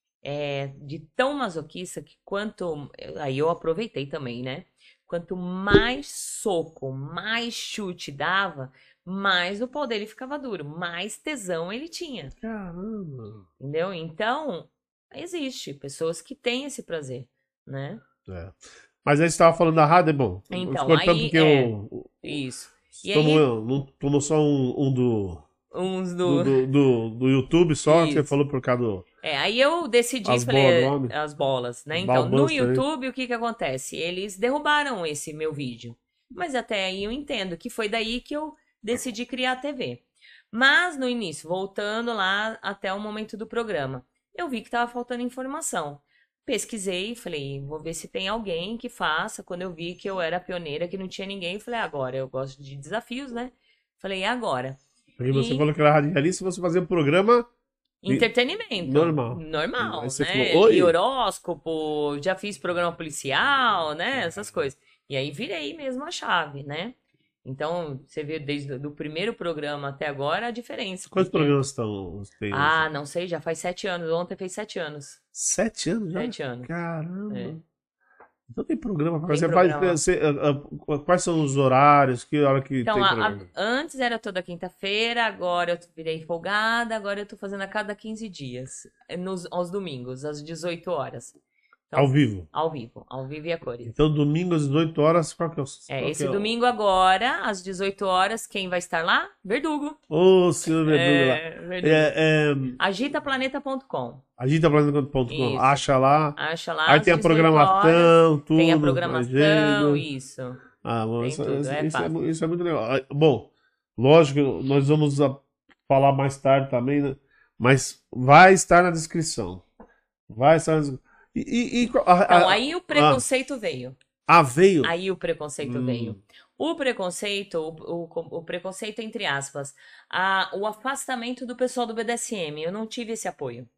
de tão masoquista que quanto... Aí eu aproveitei também, né? Quanto mais soco, mais chute dava, mais o pau dele ficava duro, mais tesão ele tinha. Caramba! Entendeu? Então, existe pessoas que têm esse prazer, né? É. Mas aí você estava falando da rádio, é bom. Então, cortando aí, porque isso. E não tomou só uns do YouTube só, que você falou por causa do... aí eu decidi, as bolas, né? Então, no YouTube, o que acontece? Eles derrubaram esse meu vídeo. Mas até aí eu entendo que foi daí que eu decidi criar a TV. Mas no início, voltando lá até o momento do programa, eu vi que estava faltando informação. Pesquisei, falei, vou ver se tem alguém que faça. Quando eu vi que eu era pioneira, que não tinha ninguém, falei, agora, eu gosto de desafios, né? Falei, agora? Porque você falou que era radialista, você fazia um programa... Entretenimento. Normal, né? Falou, e horóscopo, já fiz programa policial, né? Essas coisas. E aí virei mesmo a chave, né? Então, você vê desde o primeiro programa até agora a diferença. Quantos programas estão? Não sei, já faz 7 anos. Ontem fez 7 anos. 7 anos já? 7 anos. Caramba. Então tem programa para você. Quais são os horários? Que hora que então, tem programa? Antes era toda quinta-feira, agora eu virei folgada, agora eu tô fazendo a cada 15 dias. Aos domingos, às 18 horas. Então, ao vivo? Ao vivo e a cores. Então, domingo às 18 horas, qual que é o... esse domingo agora, às 18 horas, quem vai estar lá? Verdugo. Ô, senhor Verdugo lá. Verdugo. Agitaplaneta.com. Agitaplaneta.com. Acha lá. Aí tem a programação, tudo. Tem a programação, isso. Bom, isso é muito legal. Bom, lógico, nós vamos falar mais tarde também, né? Mas vai estar na descrição. Aí o preconceito veio. Veio? Aí o preconceito veio. O preconceito, entre aspas, o afastamento do pessoal do BDSM. Eu não tive esse apoio.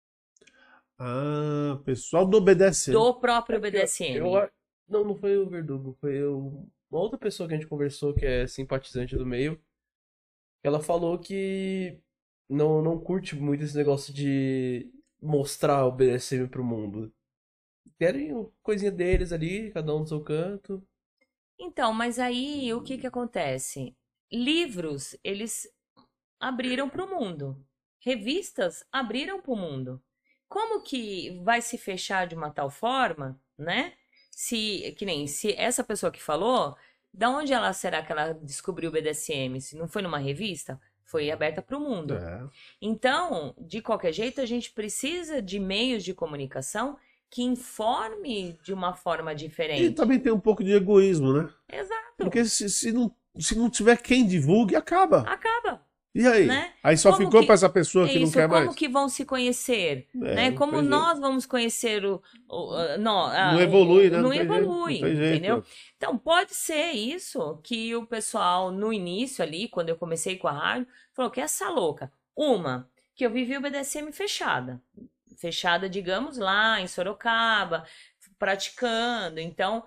Pessoal do BDSM. Do próprio BDSM. Não foi o Verdugo, foi uma outra pessoa que a gente conversou, que é simpatizante do meio. Ela falou que não curte muito esse negócio de mostrar o BDSM pro mundo. Querem coisinha deles ali, cada um no seu canto. Então, mas aí o que acontece? Livros, eles abriram pro mundo. Revistas abriram pro mundo. Como que vai se fechar de uma tal forma, né? Se essa pessoa que falou, da onde será que ela descobriu o BDSM? Se não foi numa revista? Foi aberta para o mundo. Então, de qualquer jeito, a gente precisa de meios de comunicação que informe de uma forma diferente. E também tem um pouco de egoísmo, né? Exato. Porque se não tiver quem divulgue, acaba. Acaba. E aí? Né? Aí só ficou para essa pessoa que não quer mais. Como que vão se conhecer? Né? Como nós vamos conhecer não evolui, né? Não evolui, entendeu? Jeito. Então, pode ser isso que o pessoal, no início ali, quando eu comecei com a rádio, falou que essa louca. Que eu vivi o BDSM fechada. Fechada, digamos, lá em Sorocaba, praticando. Então,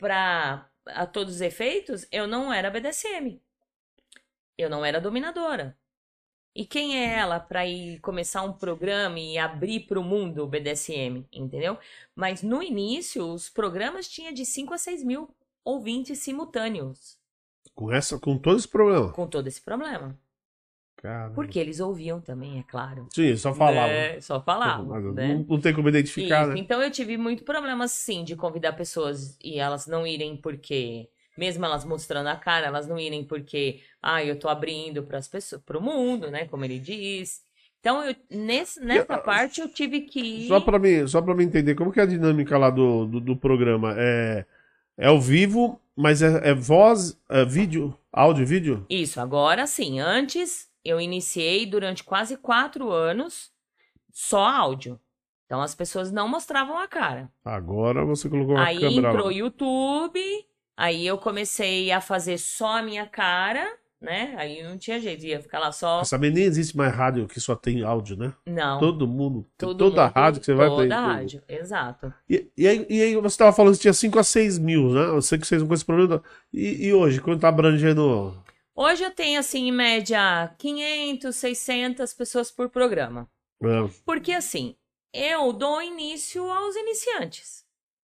a todos os efeitos, eu não era BDSM. Eu não era dominadora. E quem é ela para ir começar um programa e abrir para o mundo o BDSM, entendeu? Mas no início, os programas tinham de 5 a 6 mil ouvintes simultâneos. Com todo esse problema? Com todo esse problema. Caramba. Porque eles ouviam também, é claro. Sim, só falavam. Só falavam. Né? Não tem como identificar, isso. né? Então eu tive muito problema, sim, de convidar pessoas e elas não irem porque... Mesmo elas mostrando a cara, elas não irem porque, eu tô abrindo para as pessoas, pro mundo, né? Como ele diz. Então, nessa parte eu tive que ir... Só para mim entender, como que é a dinâmica lá do programa? É ao vivo, mas é voz, vídeo, áudio e vídeo? Isso, agora sim. Antes, eu iniciei durante quase 4 anos só áudio. Então, as pessoas não mostravam a cara. Agora você colocou uma câmera. Aí entrou o YouTube... Aí eu comecei a fazer só a minha cara, né? Aí não tinha jeito, ia ficar lá só... Essa nem existe mais rádio que só tem áudio, né? Não. Toda rádio que você vai... Toda rádio, exato. E aí você estava falando que tinha 5 a 6 mil, né? Eu sei que vocês não conhecem esse problema. E hoje, quando tá abrangendo... Hoje eu tenho, assim, em média, 500, 600 pessoas por programa. Porque, assim, eu dou início aos iniciantes.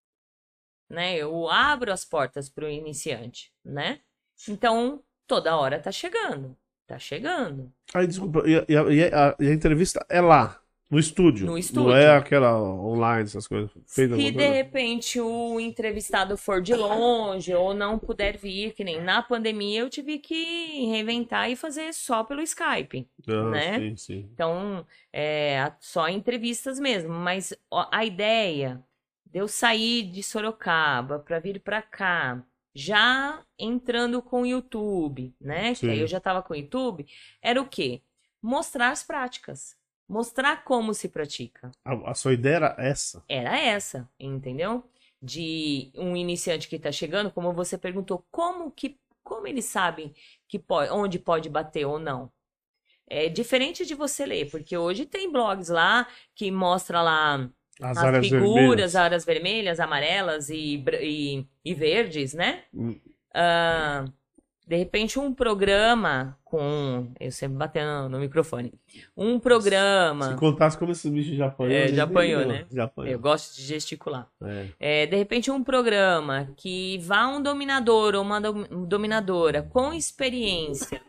Né? Eu abro as portas para o iniciante, né? Então, toda hora tá chegando. Aí, desculpa, e a entrevista é lá? No estúdio. No estúdio. Não é aquela online, essas coisas. Se de repente o entrevistado for de longe ou não puder vir, que nem na pandemia eu tive que reinventar e fazer só pelo Skype, né? Sim, sim. Então, só entrevistas mesmo. Mas a ideia de eu sair de Sorocaba para vir para cá, já entrando com o YouTube, né? Sim. Que aí eu já estava com o YouTube, era o quê? Mostrar as práticas. Mostrar como se pratica. A sua ideia era essa? Era essa, entendeu? De um iniciante que está chegando, como você perguntou, como eles sabem onde pode bater ou não? É diferente de você ler, porque hoje tem blogs lá que mostra lá as figuras, áreas vermelhas, amarelas e verdes, né? De repente um programa eu sempre batendo no microfone. Um programa... Se contasse como esse bicho já apanhou. Já apanhou, né? Já apanhou. Eu gosto de gesticular. De repente um programa que vá um dominador ou uma dominadora com experiência,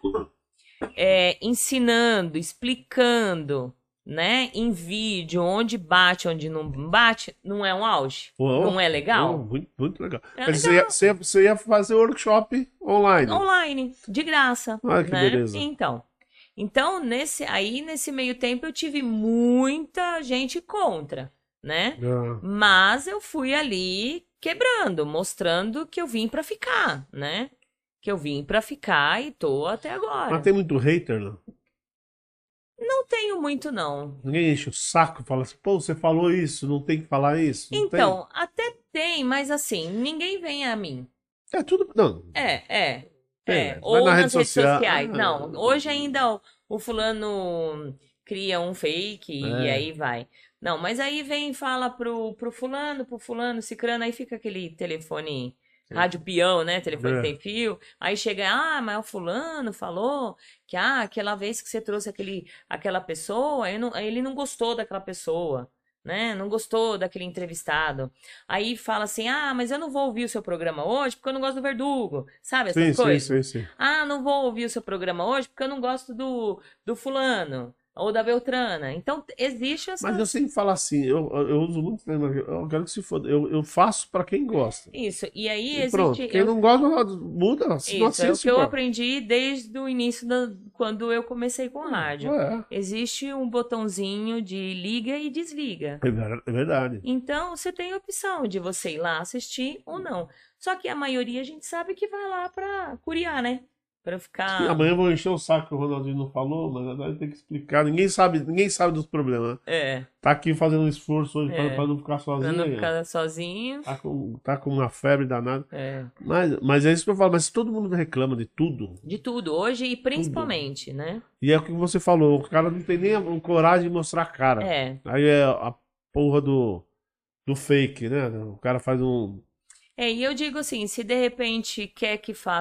ensinando, explicando, né? Em vídeo, onde bate, onde não bate, não é um auge? Não é legal? Muito, muito legal. Mas legal. Você ia fazer workshop online? Online, de graça. Ah, que né? beleza. Então nesse meio tempo eu tive muita gente contra, né? Mas eu fui ali quebrando, mostrando que eu vim pra ficar, né? Que eu vim pra ficar e tô até agora. Mas tem muito hater, não? Não tenho muito, não. Ninguém enche o saco e fala assim, pô, você falou isso, não tem que falar isso. Então, até tem, mas assim, ninguém vem a mim. É tudo... Não. Ou nas redes sociais. Não, hoje ainda o fulano cria um fake e aí vai. Não, mas aí vem e fala pro fulano, cicrano, aí fica aquele telefone... Rádio peão, né? Telefone sem fio. Aí chega, mas o fulano falou que aquela vez que você trouxe aquela pessoa, ele não gostou daquela pessoa, né? Não gostou daquele entrevistado. Aí fala assim, mas eu não vou ouvir o seu programa hoje porque eu não gosto do Verdugo. Sabe essas coisas? Sim. Não vou ouvir o seu programa hoje porque eu não gosto do fulano. Ou da Beltrana. Então, existe essa... Mas eu sempre falo assim, eu uso muito, eu quero que se foda, eu faço pra quem gosta. Isso, e aí existe... Pronto, quem não gosta, muda. Isso, é o que eu aprendi desde o início, quando eu comecei com rádio. Existe um botãozinho de liga e desliga. É verdade. Então, você tem a opção de você ir lá assistir ou não. Só que a maioria a gente sabe que vai lá pra curiar, né? Pra ficar... Sim, amanhã eu vou encher o saco que o Ronaldinho não falou, mas agora tem que explicar. Ninguém sabe dos problemas. Tá aqui fazendo um esforço hoje pra não ficar sozinho. Pra não ficar sozinho. Tá com uma febre danada. Mas é isso que eu falo, mas todo mundo reclama de tudo. De tudo, hoje e principalmente, né? E é o que você falou, o cara não tem nem a coragem de mostrar a cara. Aí é a porra do fake, né? O cara faz um... E eu digo assim, se de repente quer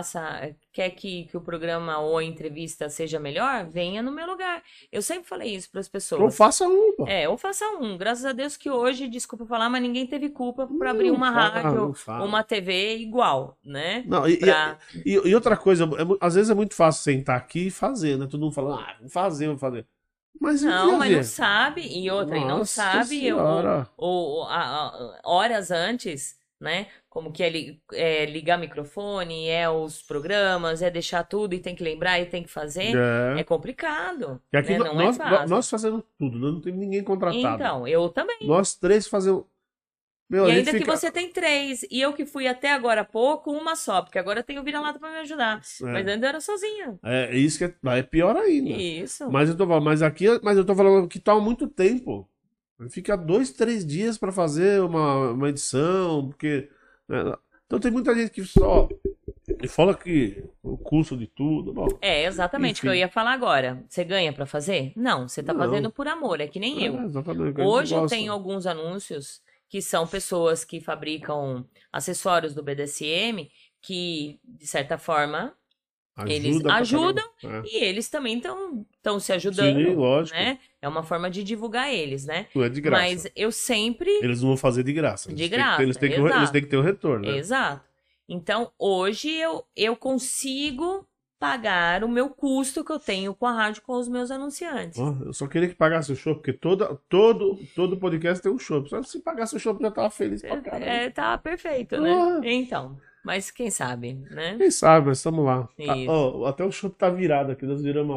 que o programa ou a entrevista seja melhor, venha no meu lugar. Eu sempre falei isso para as pessoas. Ou faça um, pô. Ou faça um. Graças a Deus que hoje, desculpa falar, mas ninguém teve culpa para abrir uma rádio, uma TV igual, né? Não, e outra coisa, às vezes é muito fácil sentar aqui e fazer, né? Todo mundo fala, vou fazer. Mas não sabe, e outra, e não sabe, ou horas antes... né? Como que é ligar microfone, os programas, deixar tudo e tem que lembrar e tem que fazer. É complicado. E aqui né? Não é fácil. Nós fazemos tudo, não tem ninguém contratado. Então, eu também. Nós três fazemos... E ainda que você tem 3, e eu que fui até agora há pouco, uma só, porque agora eu tenho o vira-lata pra me ajudar. Mas ainda era sozinha. Isso que é pior ainda. Isso. Mas eu tô falando que tá há muito tempo. Fica 2, 3 dias para fazer uma edição, porque... Né? Então tem muita gente que só... E fala que o custo de tudo... Bom, exatamente o que eu ia falar agora. Você ganha para fazer? Não, você tá fazendo por amor, é que nem eu. Exatamente. Hoje eu tenho alguns anúncios que são pessoas que fabricam acessórios do BDSM que, de certa forma... Eles ajudam e eles também estão se ajudando. Sim, lógico. Né? É uma forma de divulgar eles, né? Não é de graça. Mas eu sempre... Eles não vão fazer de graça. De graça, eles têm que ter o retorno, né? Exato. Então, hoje eu consigo pagar o meu custo que eu tenho com a rádio, com os meus anunciantes. Eu só queria que pagasse o show, porque todo podcast tem um show. Só se pagasse o show, eu já tava feliz pra caramba. Tá perfeito, né? Então, mas quem sabe, né? Quem sabe, mas estamos lá. Até o show tá virado aqui, nós viramos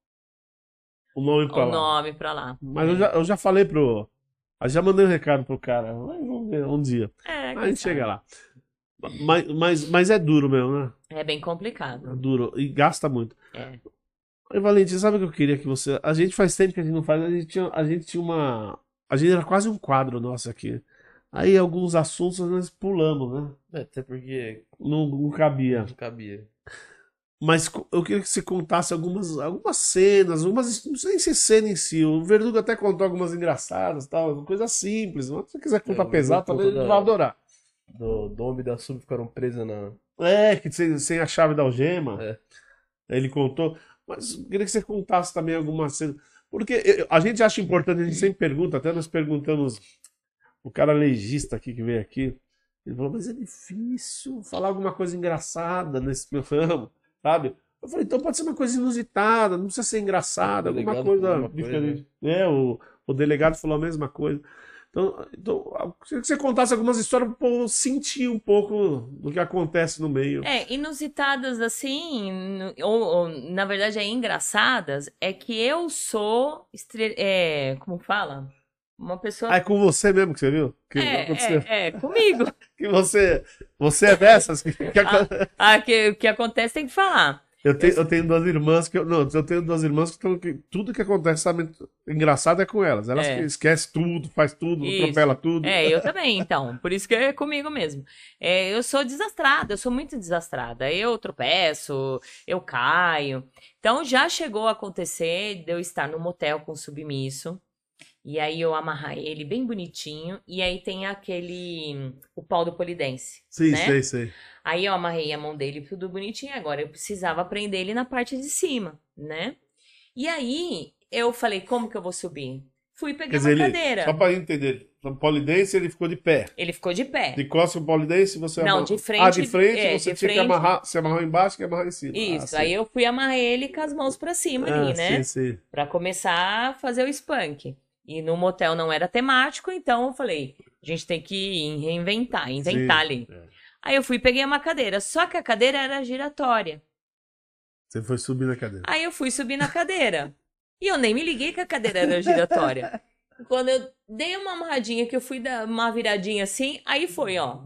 o nome pra lá. O nome pra lá. Mas eu já falei eu já mandei um recado pro cara. Vamos ver um dia. A gente chega lá. Mas é duro mesmo, né? É bem complicado. É duro e gasta muito. Aí, Valentim, sabe o que eu queria que você... A gente faz tempo que a gente não faz, a gente tinha uma... A gente era quase um quadro nosso aqui. Aí alguns assuntos nós pulamos, né? Até porque... Não cabia. Não cabia. Mas eu queria que você contasse algumas cenas, não sei se cena em si. O Verdugo até contou algumas engraçadas, tal, coisa simples. Mas se você quiser contar pesado, talvez ele vai adorar. Do Dom e da Sub ficaram presos na... que sem a chave da algema. Ele contou. Mas eu queria que você contasse também alguma cena. Porque a gente acha importante, a gente sempre pergunta, até nós perguntamos o cara legista aqui que veio aqui. Ele falou, mas é difícil falar alguma coisa engraçada nesse programa, sabe? Eu falei, então pode ser uma coisa inusitada, não precisa ser engraçada, alguma coisa diferente. O delegado falou a mesma coisa. Então, eu queria que você contasse algumas histórias para eu sentir um pouco do que acontece no meio. Inusitadas assim, ou na verdade engraçadas, é que eu sou, como fala? Uma pessoa... É com você mesmo que você viu? Comigo. Que você é dessas? Que acontece tem que falar. Eu tenho duas irmãs que tudo que acontece, sabe, engraçado é com elas. Elas que esquecem tudo, faz tudo, atropela tudo. Eu também, então. Por isso que é comigo mesmo. Eu sou desastrada, eu sou muito desastrada. Eu tropeço, eu caio. Então já chegou a acontecer de eu estar no motel com o submisso. E aí eu amarrar ele bem bonitinho. E aí tem o pau do polidense. Sim, né? sei. Aí eu amarrei a mão dele tudo bonitinho. Agora eu precisava prender ele na parte de cima, né? E aí eu falei, como que eu vou subir? Fui pegar uma cadeira. Só para entender, o polidense ele ficou de pé. Ele ficou de pé. De costas o polidense você amarrou. Não, de frente. De frente você tinha que amarrar. Você amarrou embaixo e amarrar em cima. Isso, aí eu fui amarrar ele com as mãos para cima ali, né? Sim. Pra começar a fazer o spunk. E no motel não era temático, então eu falei, a gente tem que inventar ali. Aí eu fui e peguei uma cadeira, só que a cadeira era giratória. Você foi subir na cadeira. Aí eu fui subir na cadeira. E eu nem me liguei que a cadeira era giratória. Quando eu dei uma amarradinha, que eu fui dar uma viradinha assim, aí foi, ó.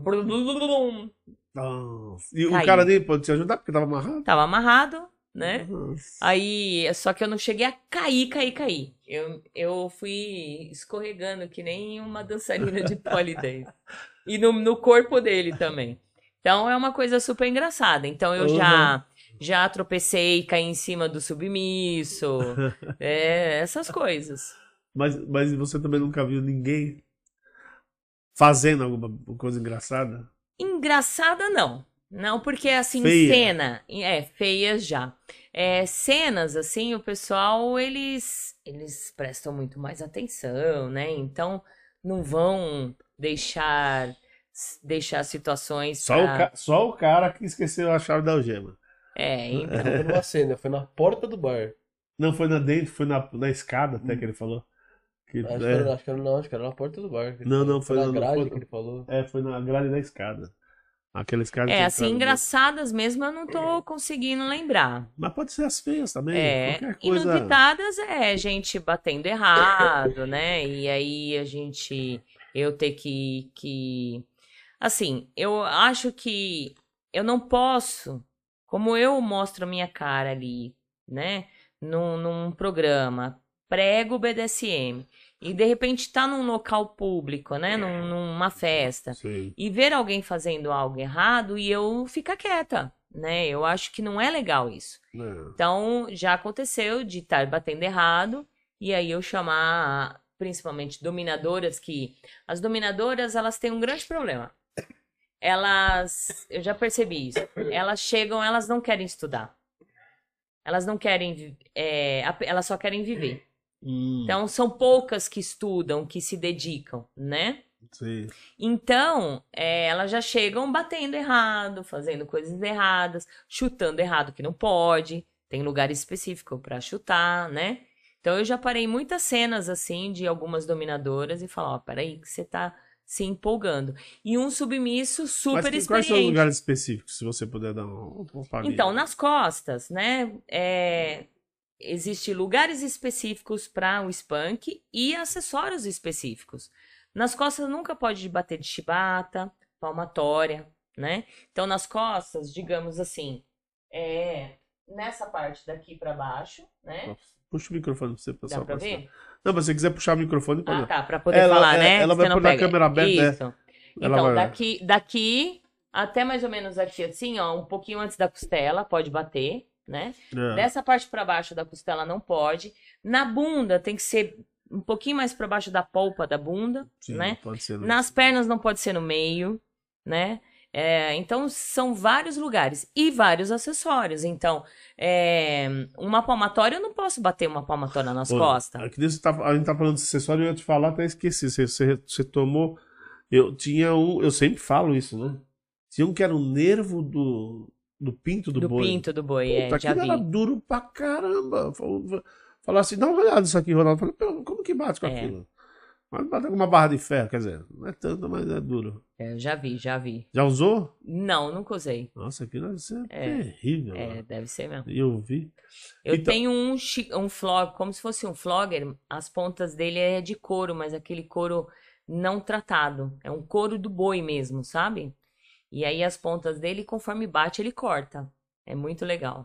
E o cara nem pode te ajudar porque tava amarrado? Tava amarrado, né? Aí, só que eu não cheguei a cair. Eu fui escorregando que nem uma dançarina de polidense. E no corpo dele também. Então é uma coisa super engraçada. Então eu já tropecei, caí em cima do submisso. Essas coisas. Mas você também nunca viu ninguém fazendo alguma coisa engraçada? Engraçada não. Não, porque assim, cena... feias já. Cenas, assim, o pessoal, eles prestam muito mais atenção, né? Então, não vão deixar situações Só o cara que esqueceu a chave da algema. Então... Não foi numa cena, foi na porta do bar. Não, foi na escada até que ele falou. Acho que era na porta do bar. Não, foi na grade que ele falou. Foi na grade da escada. Aquela escada. Assim, engraçadas mesmo eu não tô conseguindo lembrar. Mas pode ser as feias também. Qualquer coisa. Inusitadas gente batendo errado, né? E aí eu ter que... Assim, eu acho que eu não posso, como eu mostro a minha cara ali, né? Num programa, prego o BDSM. E de repente tá num local público, né? Numa festa. Sim. E ver alguém fazendo algo errado e eu ficar quieta, né? Eu acho que não é legal isso. Não. Então, já aconteceu de estar batendo errado e aí eu chamar, principalmente dominadoras, que... As dominadoras, elas têm um grande problema. Eu já percebi isso. Elas chegam, elas não querem estudar. Elas não querem... elas só querem viver. Então, são poucas que estudam, que se dedicam, né? Sim. Então, elas já chegam batendo errado, fazendo coisas erradas, chutando errado que não pode. Tem lugar específico para chutar, né? Então, eu já parei muitas cenas, assim, de algumas dominadoras e falo, ó, peraí que você tá se empolgando. E um submisso super experiente. Quais são os lugares específicos, se você puder dar um palhinha? Então, nas costas, né? Existem lugares específicos para o spank e acessórios específicos. Nas costas nunca pode bater de chibata, palmatória, né? Então, nas costas, digamos assim, nessa parte daqui para baixo, né? Puxa o microfone pra você, pessoal. Dá pra ver? Não, mas se você quiser puxar o microfone, pode. Ah, tá, pra poder falar, né? Ela vai pôr na câmera aberta, Isso. Então, daqui até mais ou menos aqui, assim, ó, um pouquinho antes da costela, pode bater, né? Dessa parte pra baixo da costela não pode. Na bunda tem que ser um pouquinho mais pra baixo da polpa da bunda, sim, né? Pode ser, Nas pernas não pode ser no meio, né? Então, são vários lugares e vários acessórios. Então, uma palmatória, eu não posso bater uma palmatória nas costas. Aqui a gente tá falando de acessório, eu ia te falar, até esqueci. Você tomou... eu sempre falo isso, né? Tinha um que era o nervo do pinto do boi. Do pinto do boi, Puta, já aquilo vi. era duro pra caramba. Falar assim, dá uma olhada nisso aqui, Ronaldo. Falei, como que bate com aquilo? Mas bate com uma barra de ferro, quer dizer, não é tanto, mas é duro. Já vi. Já usou? Não, nunca usei. Nossa, aquilo deve ser terrível. Deve ser mesmo. Eu vi. Eu tenho um flog, como se fosse um flogger, as pontas dele é de couro, mas aquele couro não tratado. É um couro do boi mesmo, sabe? E aí as pontas dele, conforme bate, ele corta. É muito legal.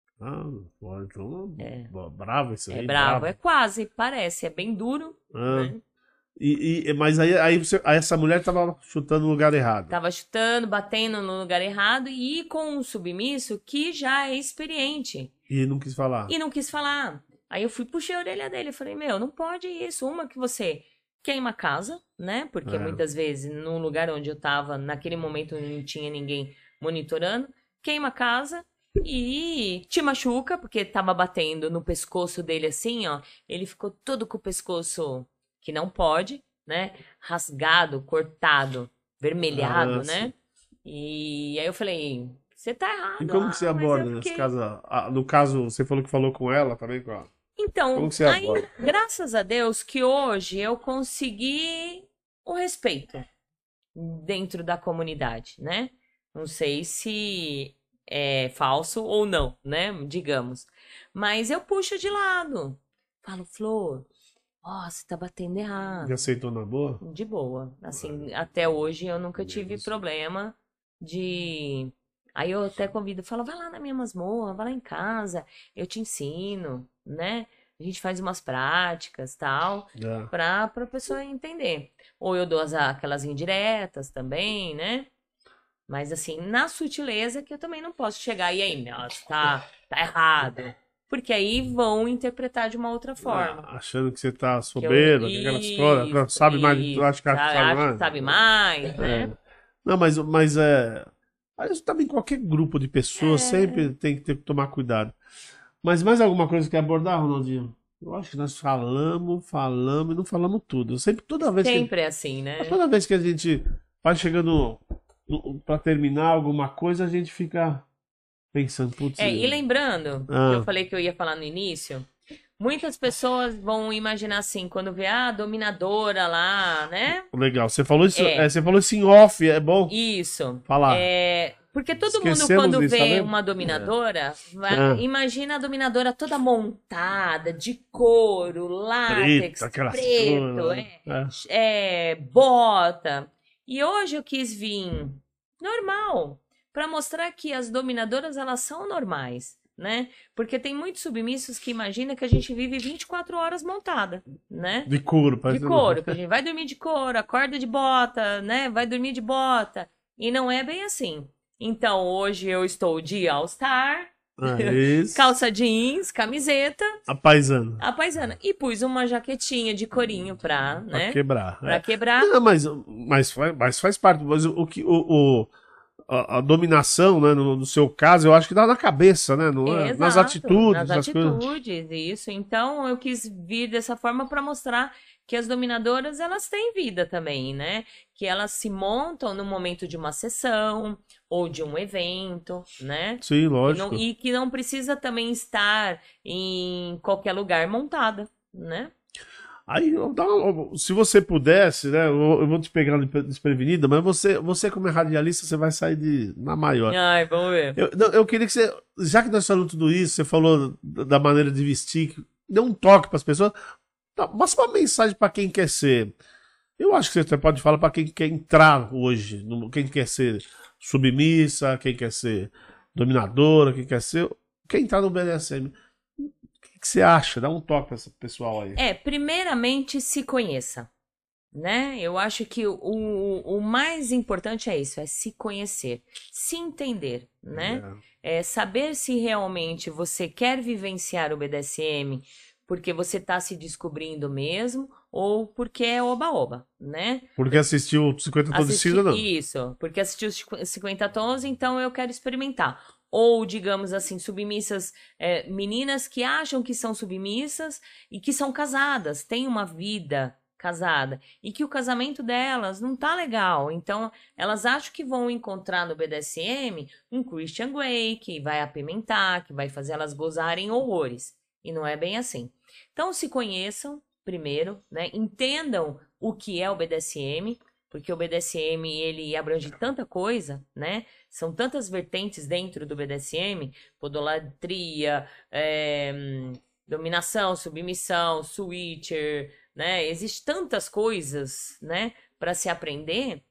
Então, bravo isso aí. É bravo, quase, parece, é bem duro, né? Mas aí essa mulher tava chutando no lugar errado. Tava chutando, batendo no lugar errado e com um submisso que já é experiente. E não quis falar. Aí eu puxei a orelha dele e falei, não pode isso. Uma que você queima a casa, né? Porque muitas vezes no lugar onde eu tava, naquele momento não tinha ninguém monitorando. Queima a casa e te machuca, porque tava batendo no pescoço dele assim, ó. Ele ficou todo com o pescoço... que não pode, né? Rasgado, cortado, vermelhado, né? E aí eu falei, você tá errado. E como que você aborda nesse caso? No caso, você falou que falou com ela também, Então, como que você aborda? Graças a Deus que hoje eu consegui o respeito dentro da comunidade, né? Não sei se é falso ou não, né? Digamos. Mas eu puxo de lado. Falo, Flor... você tá batendo errado. Já aceitou na boa? De boa. Assim, até hoje eu nunca tive problema de... Aí eu até convido, falo, vai lá na minha masmorra, vai lá em casa, eu te ensino, né? A gente faz umas práticas, tal, pra pessoa entender. Ou eu dou aquelas indiretas também, né? Mas assim, na sutileza que eu também não posso chegar e aí, nossa, tá errado. Porque aí vão interpretar de uma outra forma. Achando que você tá soberba, aquela história, sabe mais, acho que sabe mais, né? Não, mas também qualquer grupo de pessoas sempre tem que tomar cuidado. Mas mais alguma coisa que quer abordar, Ronaldinho? Eu acho que nós falamos e não falamos tudo. Toda vez é assim, né? Toda vez que a gente vai chegando pra terminar alguma coisa, a gente fica... pensando, putz... E lembrando, que eu falei que eu ia falar no início, muitas pessoas vão imaginar assim, quando vê a dominadora lá, né? Legal, você falou isso, você falou isso em off, é bom? Isso. Falar. Porque todo mundo, quando vê uma dominadora, imagina a dominadora toda montada, de couro, látex, preto, bota. E hoje eu quis vir normal, para mostrar que as dominadoras, elas são normais, né? Porque tem muitos submissos que imaginam que a gente vive 24 horas montada, né? De couro, parece. De couro, que a gente vai dormir de couro, acorda de bota, né? Vai dormir de bota. E não é bem assim. Então, hoje eu estou de All-Star, calça jeans, camiseta. A paisana. E pus uma jaquetinha de corinho pra quebrar. Pra quebrar. Não, mas faz parte. Mas a dominação, né, no seu caso, eu acho que dá na cabeça, né? Não é? Exato, nas atitudes. nas atitudes, isso. Então, eu quis vir dessa forma para mostrar que as dominadoras, elas têm vida também, né? Que elas se montam no momento de uma sessão ou de um evento, né? Sim, lógico. E que não precisa também estar em qualquer lugar montada, né? Aí, se você pudesse, né? Eu vou te pegar desprevenida, mas você como é radialista, você vai sair na maior. Ai, vamos ver. Eu queria que você, já que nós falamos tudo isso, você falou da maneira de vestir, deu um toque para as pessoas, passa uma mensagem para quem quer ser. Eu acho que você pode falar para quem quer entrar hoje, quem quer ser submissa, quem quer ser dominadora, quem entrar no BDSM. O que você acha? Dá um toque para esse pessoal aí. Primeiramente, se conheça, né? Eu acho que o mais importante é isso, é se conhecer, se entender, né? É saber se realmente você quer vivenciar o BDSM porque você está se descobrindo mesmo ou porque é oba-oba, né? Porque assistiu 50 Tons de Cinza, não. Isso, porque assistiu 50 Tons, então eu quero experimentar. Ou, digamos assim, submissas, meninas que acham que são submissas e que são casadas, têm uma vida casada e que o casamento delas não tá legal. Então, elas acham que vão encontrar no BDSM um Christian Grey que vai apimentar, que vai fazer elas gozarem horrores. E não é bem assim. Então, se conheçam primeiro, né? Entendam o que é o BDSM, porque o BDSM, ele abrange tanta coisa, né? São tantas vertentes dentro do BDSM, podolatria, dominação, submissão, switcher, né? Existem tantas coisas, né? Para se aprender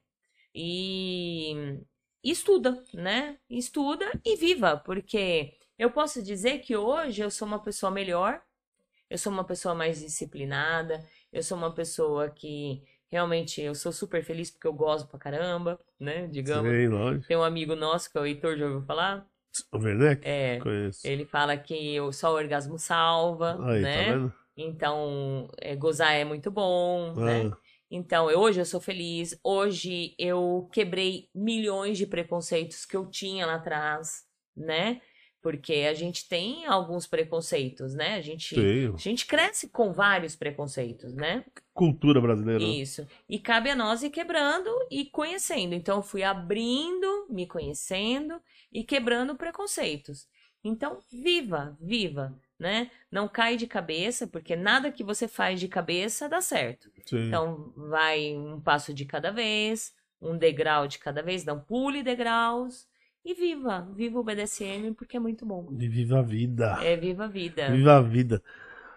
e estuda, né? Estuda e viva, porque eu posso dizer que hoje eu sou uma pessoa melhor, eu sou uma pessoa mais disciplinada, eu sou uma pessoa que realmente eu sou super feliz porque eu gosto pra caramba, né? Digamos. Sim, lógico. Tem um amigo nosso que é o Heitor, já ouviu falar? O Werneck? Conheço. Ele fala que só o orgasmo salva, aí, né? Tá vendo? Então, gozar é muito bom, né? Então, hoje eu sou feliz. Hoje eu quebrei milhões de preconceitos que eu tinha lá atrás, né? Porque a gente tem alguns preconceitos, né? A gente cresce com vários preconceitos, né? Cultura brasileira. Isso. E cabe a nós ir quebrando e conhecendo. Então, eu fui abrindo, me conhecendo e quebrando preconceitos. Então, viva, né? Não cai de cabeça, porque nada que você faz de cabeça dá certo. Sim. Então, vai um passo de cada vez, um degrau de cada vez, não pule degraus. E viva o BDSM, porque é muito bom. E viva a vida. Viva a vida. Viva a vida.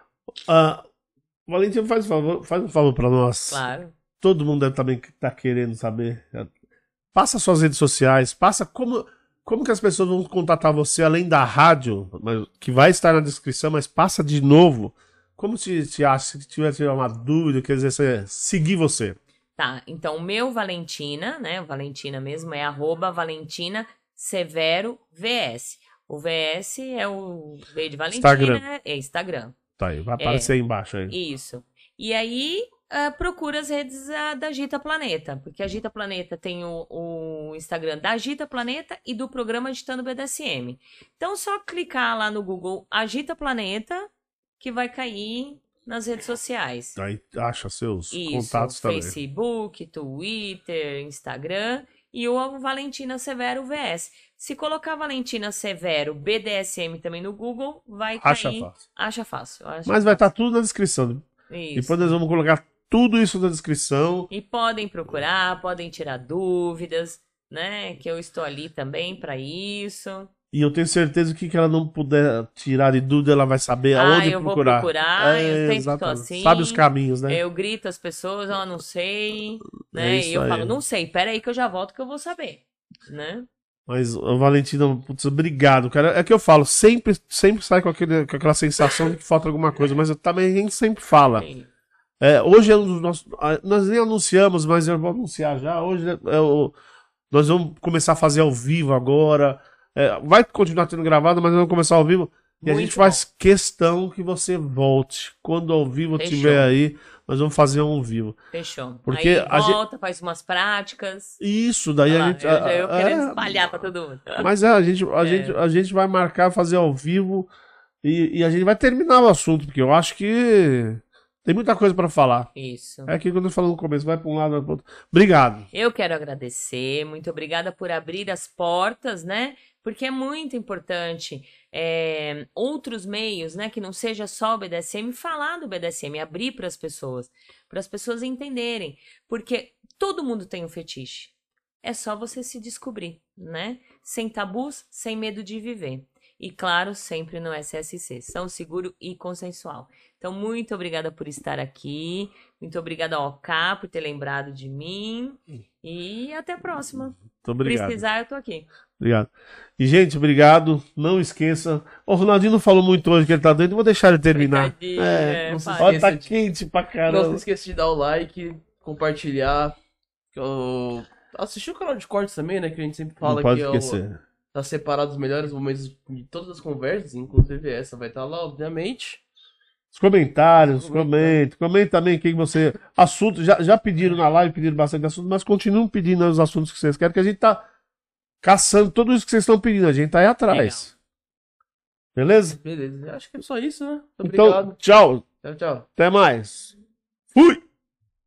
Valentina, faz um favor pra nós. Claro. Todo mundo deve também estar querendo saber. Passa suas redes sociais, passa como que as pessoas vão contatar você, além da rádio, que vai estar na descrição, mas passa de novo. Como se acha, se tiver uma dúvida, quer dizer, seguir você. Tá, então o meu Valentina, né, o Valentina mesmo, é @Valentina Severo VS. O VS é o V de Valentina, Instagram. É Instagram. Tá aí, vai aparecer aí embaixo aí. Isso. E aí, procura as redes da Gita Planeta, porque a Gita Planeta tem o Instagram da Gita Planeta e do programa Agitando BDSM. Então, só clicar lá no Google Agita Planeta, que vai cair nas redes sociais. Aí acha seus contatos também. Facebook, Twitter, Instagram e o Valentina Severo VS. Se colocar Valentina Severo BDSM também no Google, vai cair. Acha fácil. Mas vai estar tudo na descrição. Isso. Depois nós vamos colocar tudo isso na descrição. E podem procurar, podem tirar dúvidas, né? Que eu estou ali também para isso. E eu tenho certeza que ela não puder tirar de dúvida, ela vai saber aonde eu procurar. Vou procurar, eu sempre estou assim. Sabe os caminhos, né? Eu grito às pessoas, não sei, né? E eu falo, não sei, pera aí que eu já volto que eu vou saber, né? Mas, Valentina, putz, obrigado, cara. É que eu falo, sempre sai com aquela sensação de que falta alguma coisa, mas também a gente sempre fala. Hoje é um dos nossos. Nós nem anunciamos, mas eu vou anunciar já. Hoje nós vamos começar a fazer ao vivo agora. Vai continuar tendo gravado, mas nós vamos começar ao vivo. E a gente faz questão que você volte. Quando ao vivo estiver aí, nós vamos fazer um ao vivo. Fechou. Porque aí volta, faz umas práticas. Isso, daí a gente... Eu quero espalhar pra todo mundo. Mas a gente vai marcar, fazer ao vivo e a gente vai terminar o assunto, porque eu acho que tem muita coisa pra falar. Isso. É aquilo que eu tô falando no começo, vai pra um lado, vai pro outro. Obrigado. Eu quero agradecer, muito obrigada por abrir as portas, né? Porque é muito importante outros meios, né, que não seja só o BDSM, falar do BDSM, abrir para as pessoas entenderem, porque todo mundo tem um fetiche. É só você se descobrir, né? Sem tabus, sem medo de viver. E claro, sempre no SSC, São Seguro e Consensual. Então, muito obrigada por estar aqui, muito obrigada ao OK por ter lembrado de mim e até a próxima. Muito obrigado. Precisar, eu tô aqui. Obrigado. E, gente, obrigado. Não esqueça. O Ronaldinho não falou muito hoje que ele tá doido. Vou deixar ele terminar. Não se olha, tá quente pra caramba. Não se esqueça de dar o like, compartilhar. Assistir o canal de cortes também, né? Que a gente sempre fala que tá separado os melhores momentos de todas as conversas. Inclusive essa vai estar lá, obviamente. Os comentários, comenta também quem você... Assunto, já pediram na live, pediram bastante assunto, mas continuam pedindo os assuntos que vocês querem, que a gente tá caçando tudo isso que vocês estão pedindo, a gente tá aí atrás. Legal. Beleza? Beleza, acho que é só isso, né? Muito então, obrigado. Tchau. Tchau. Até mais. Fui!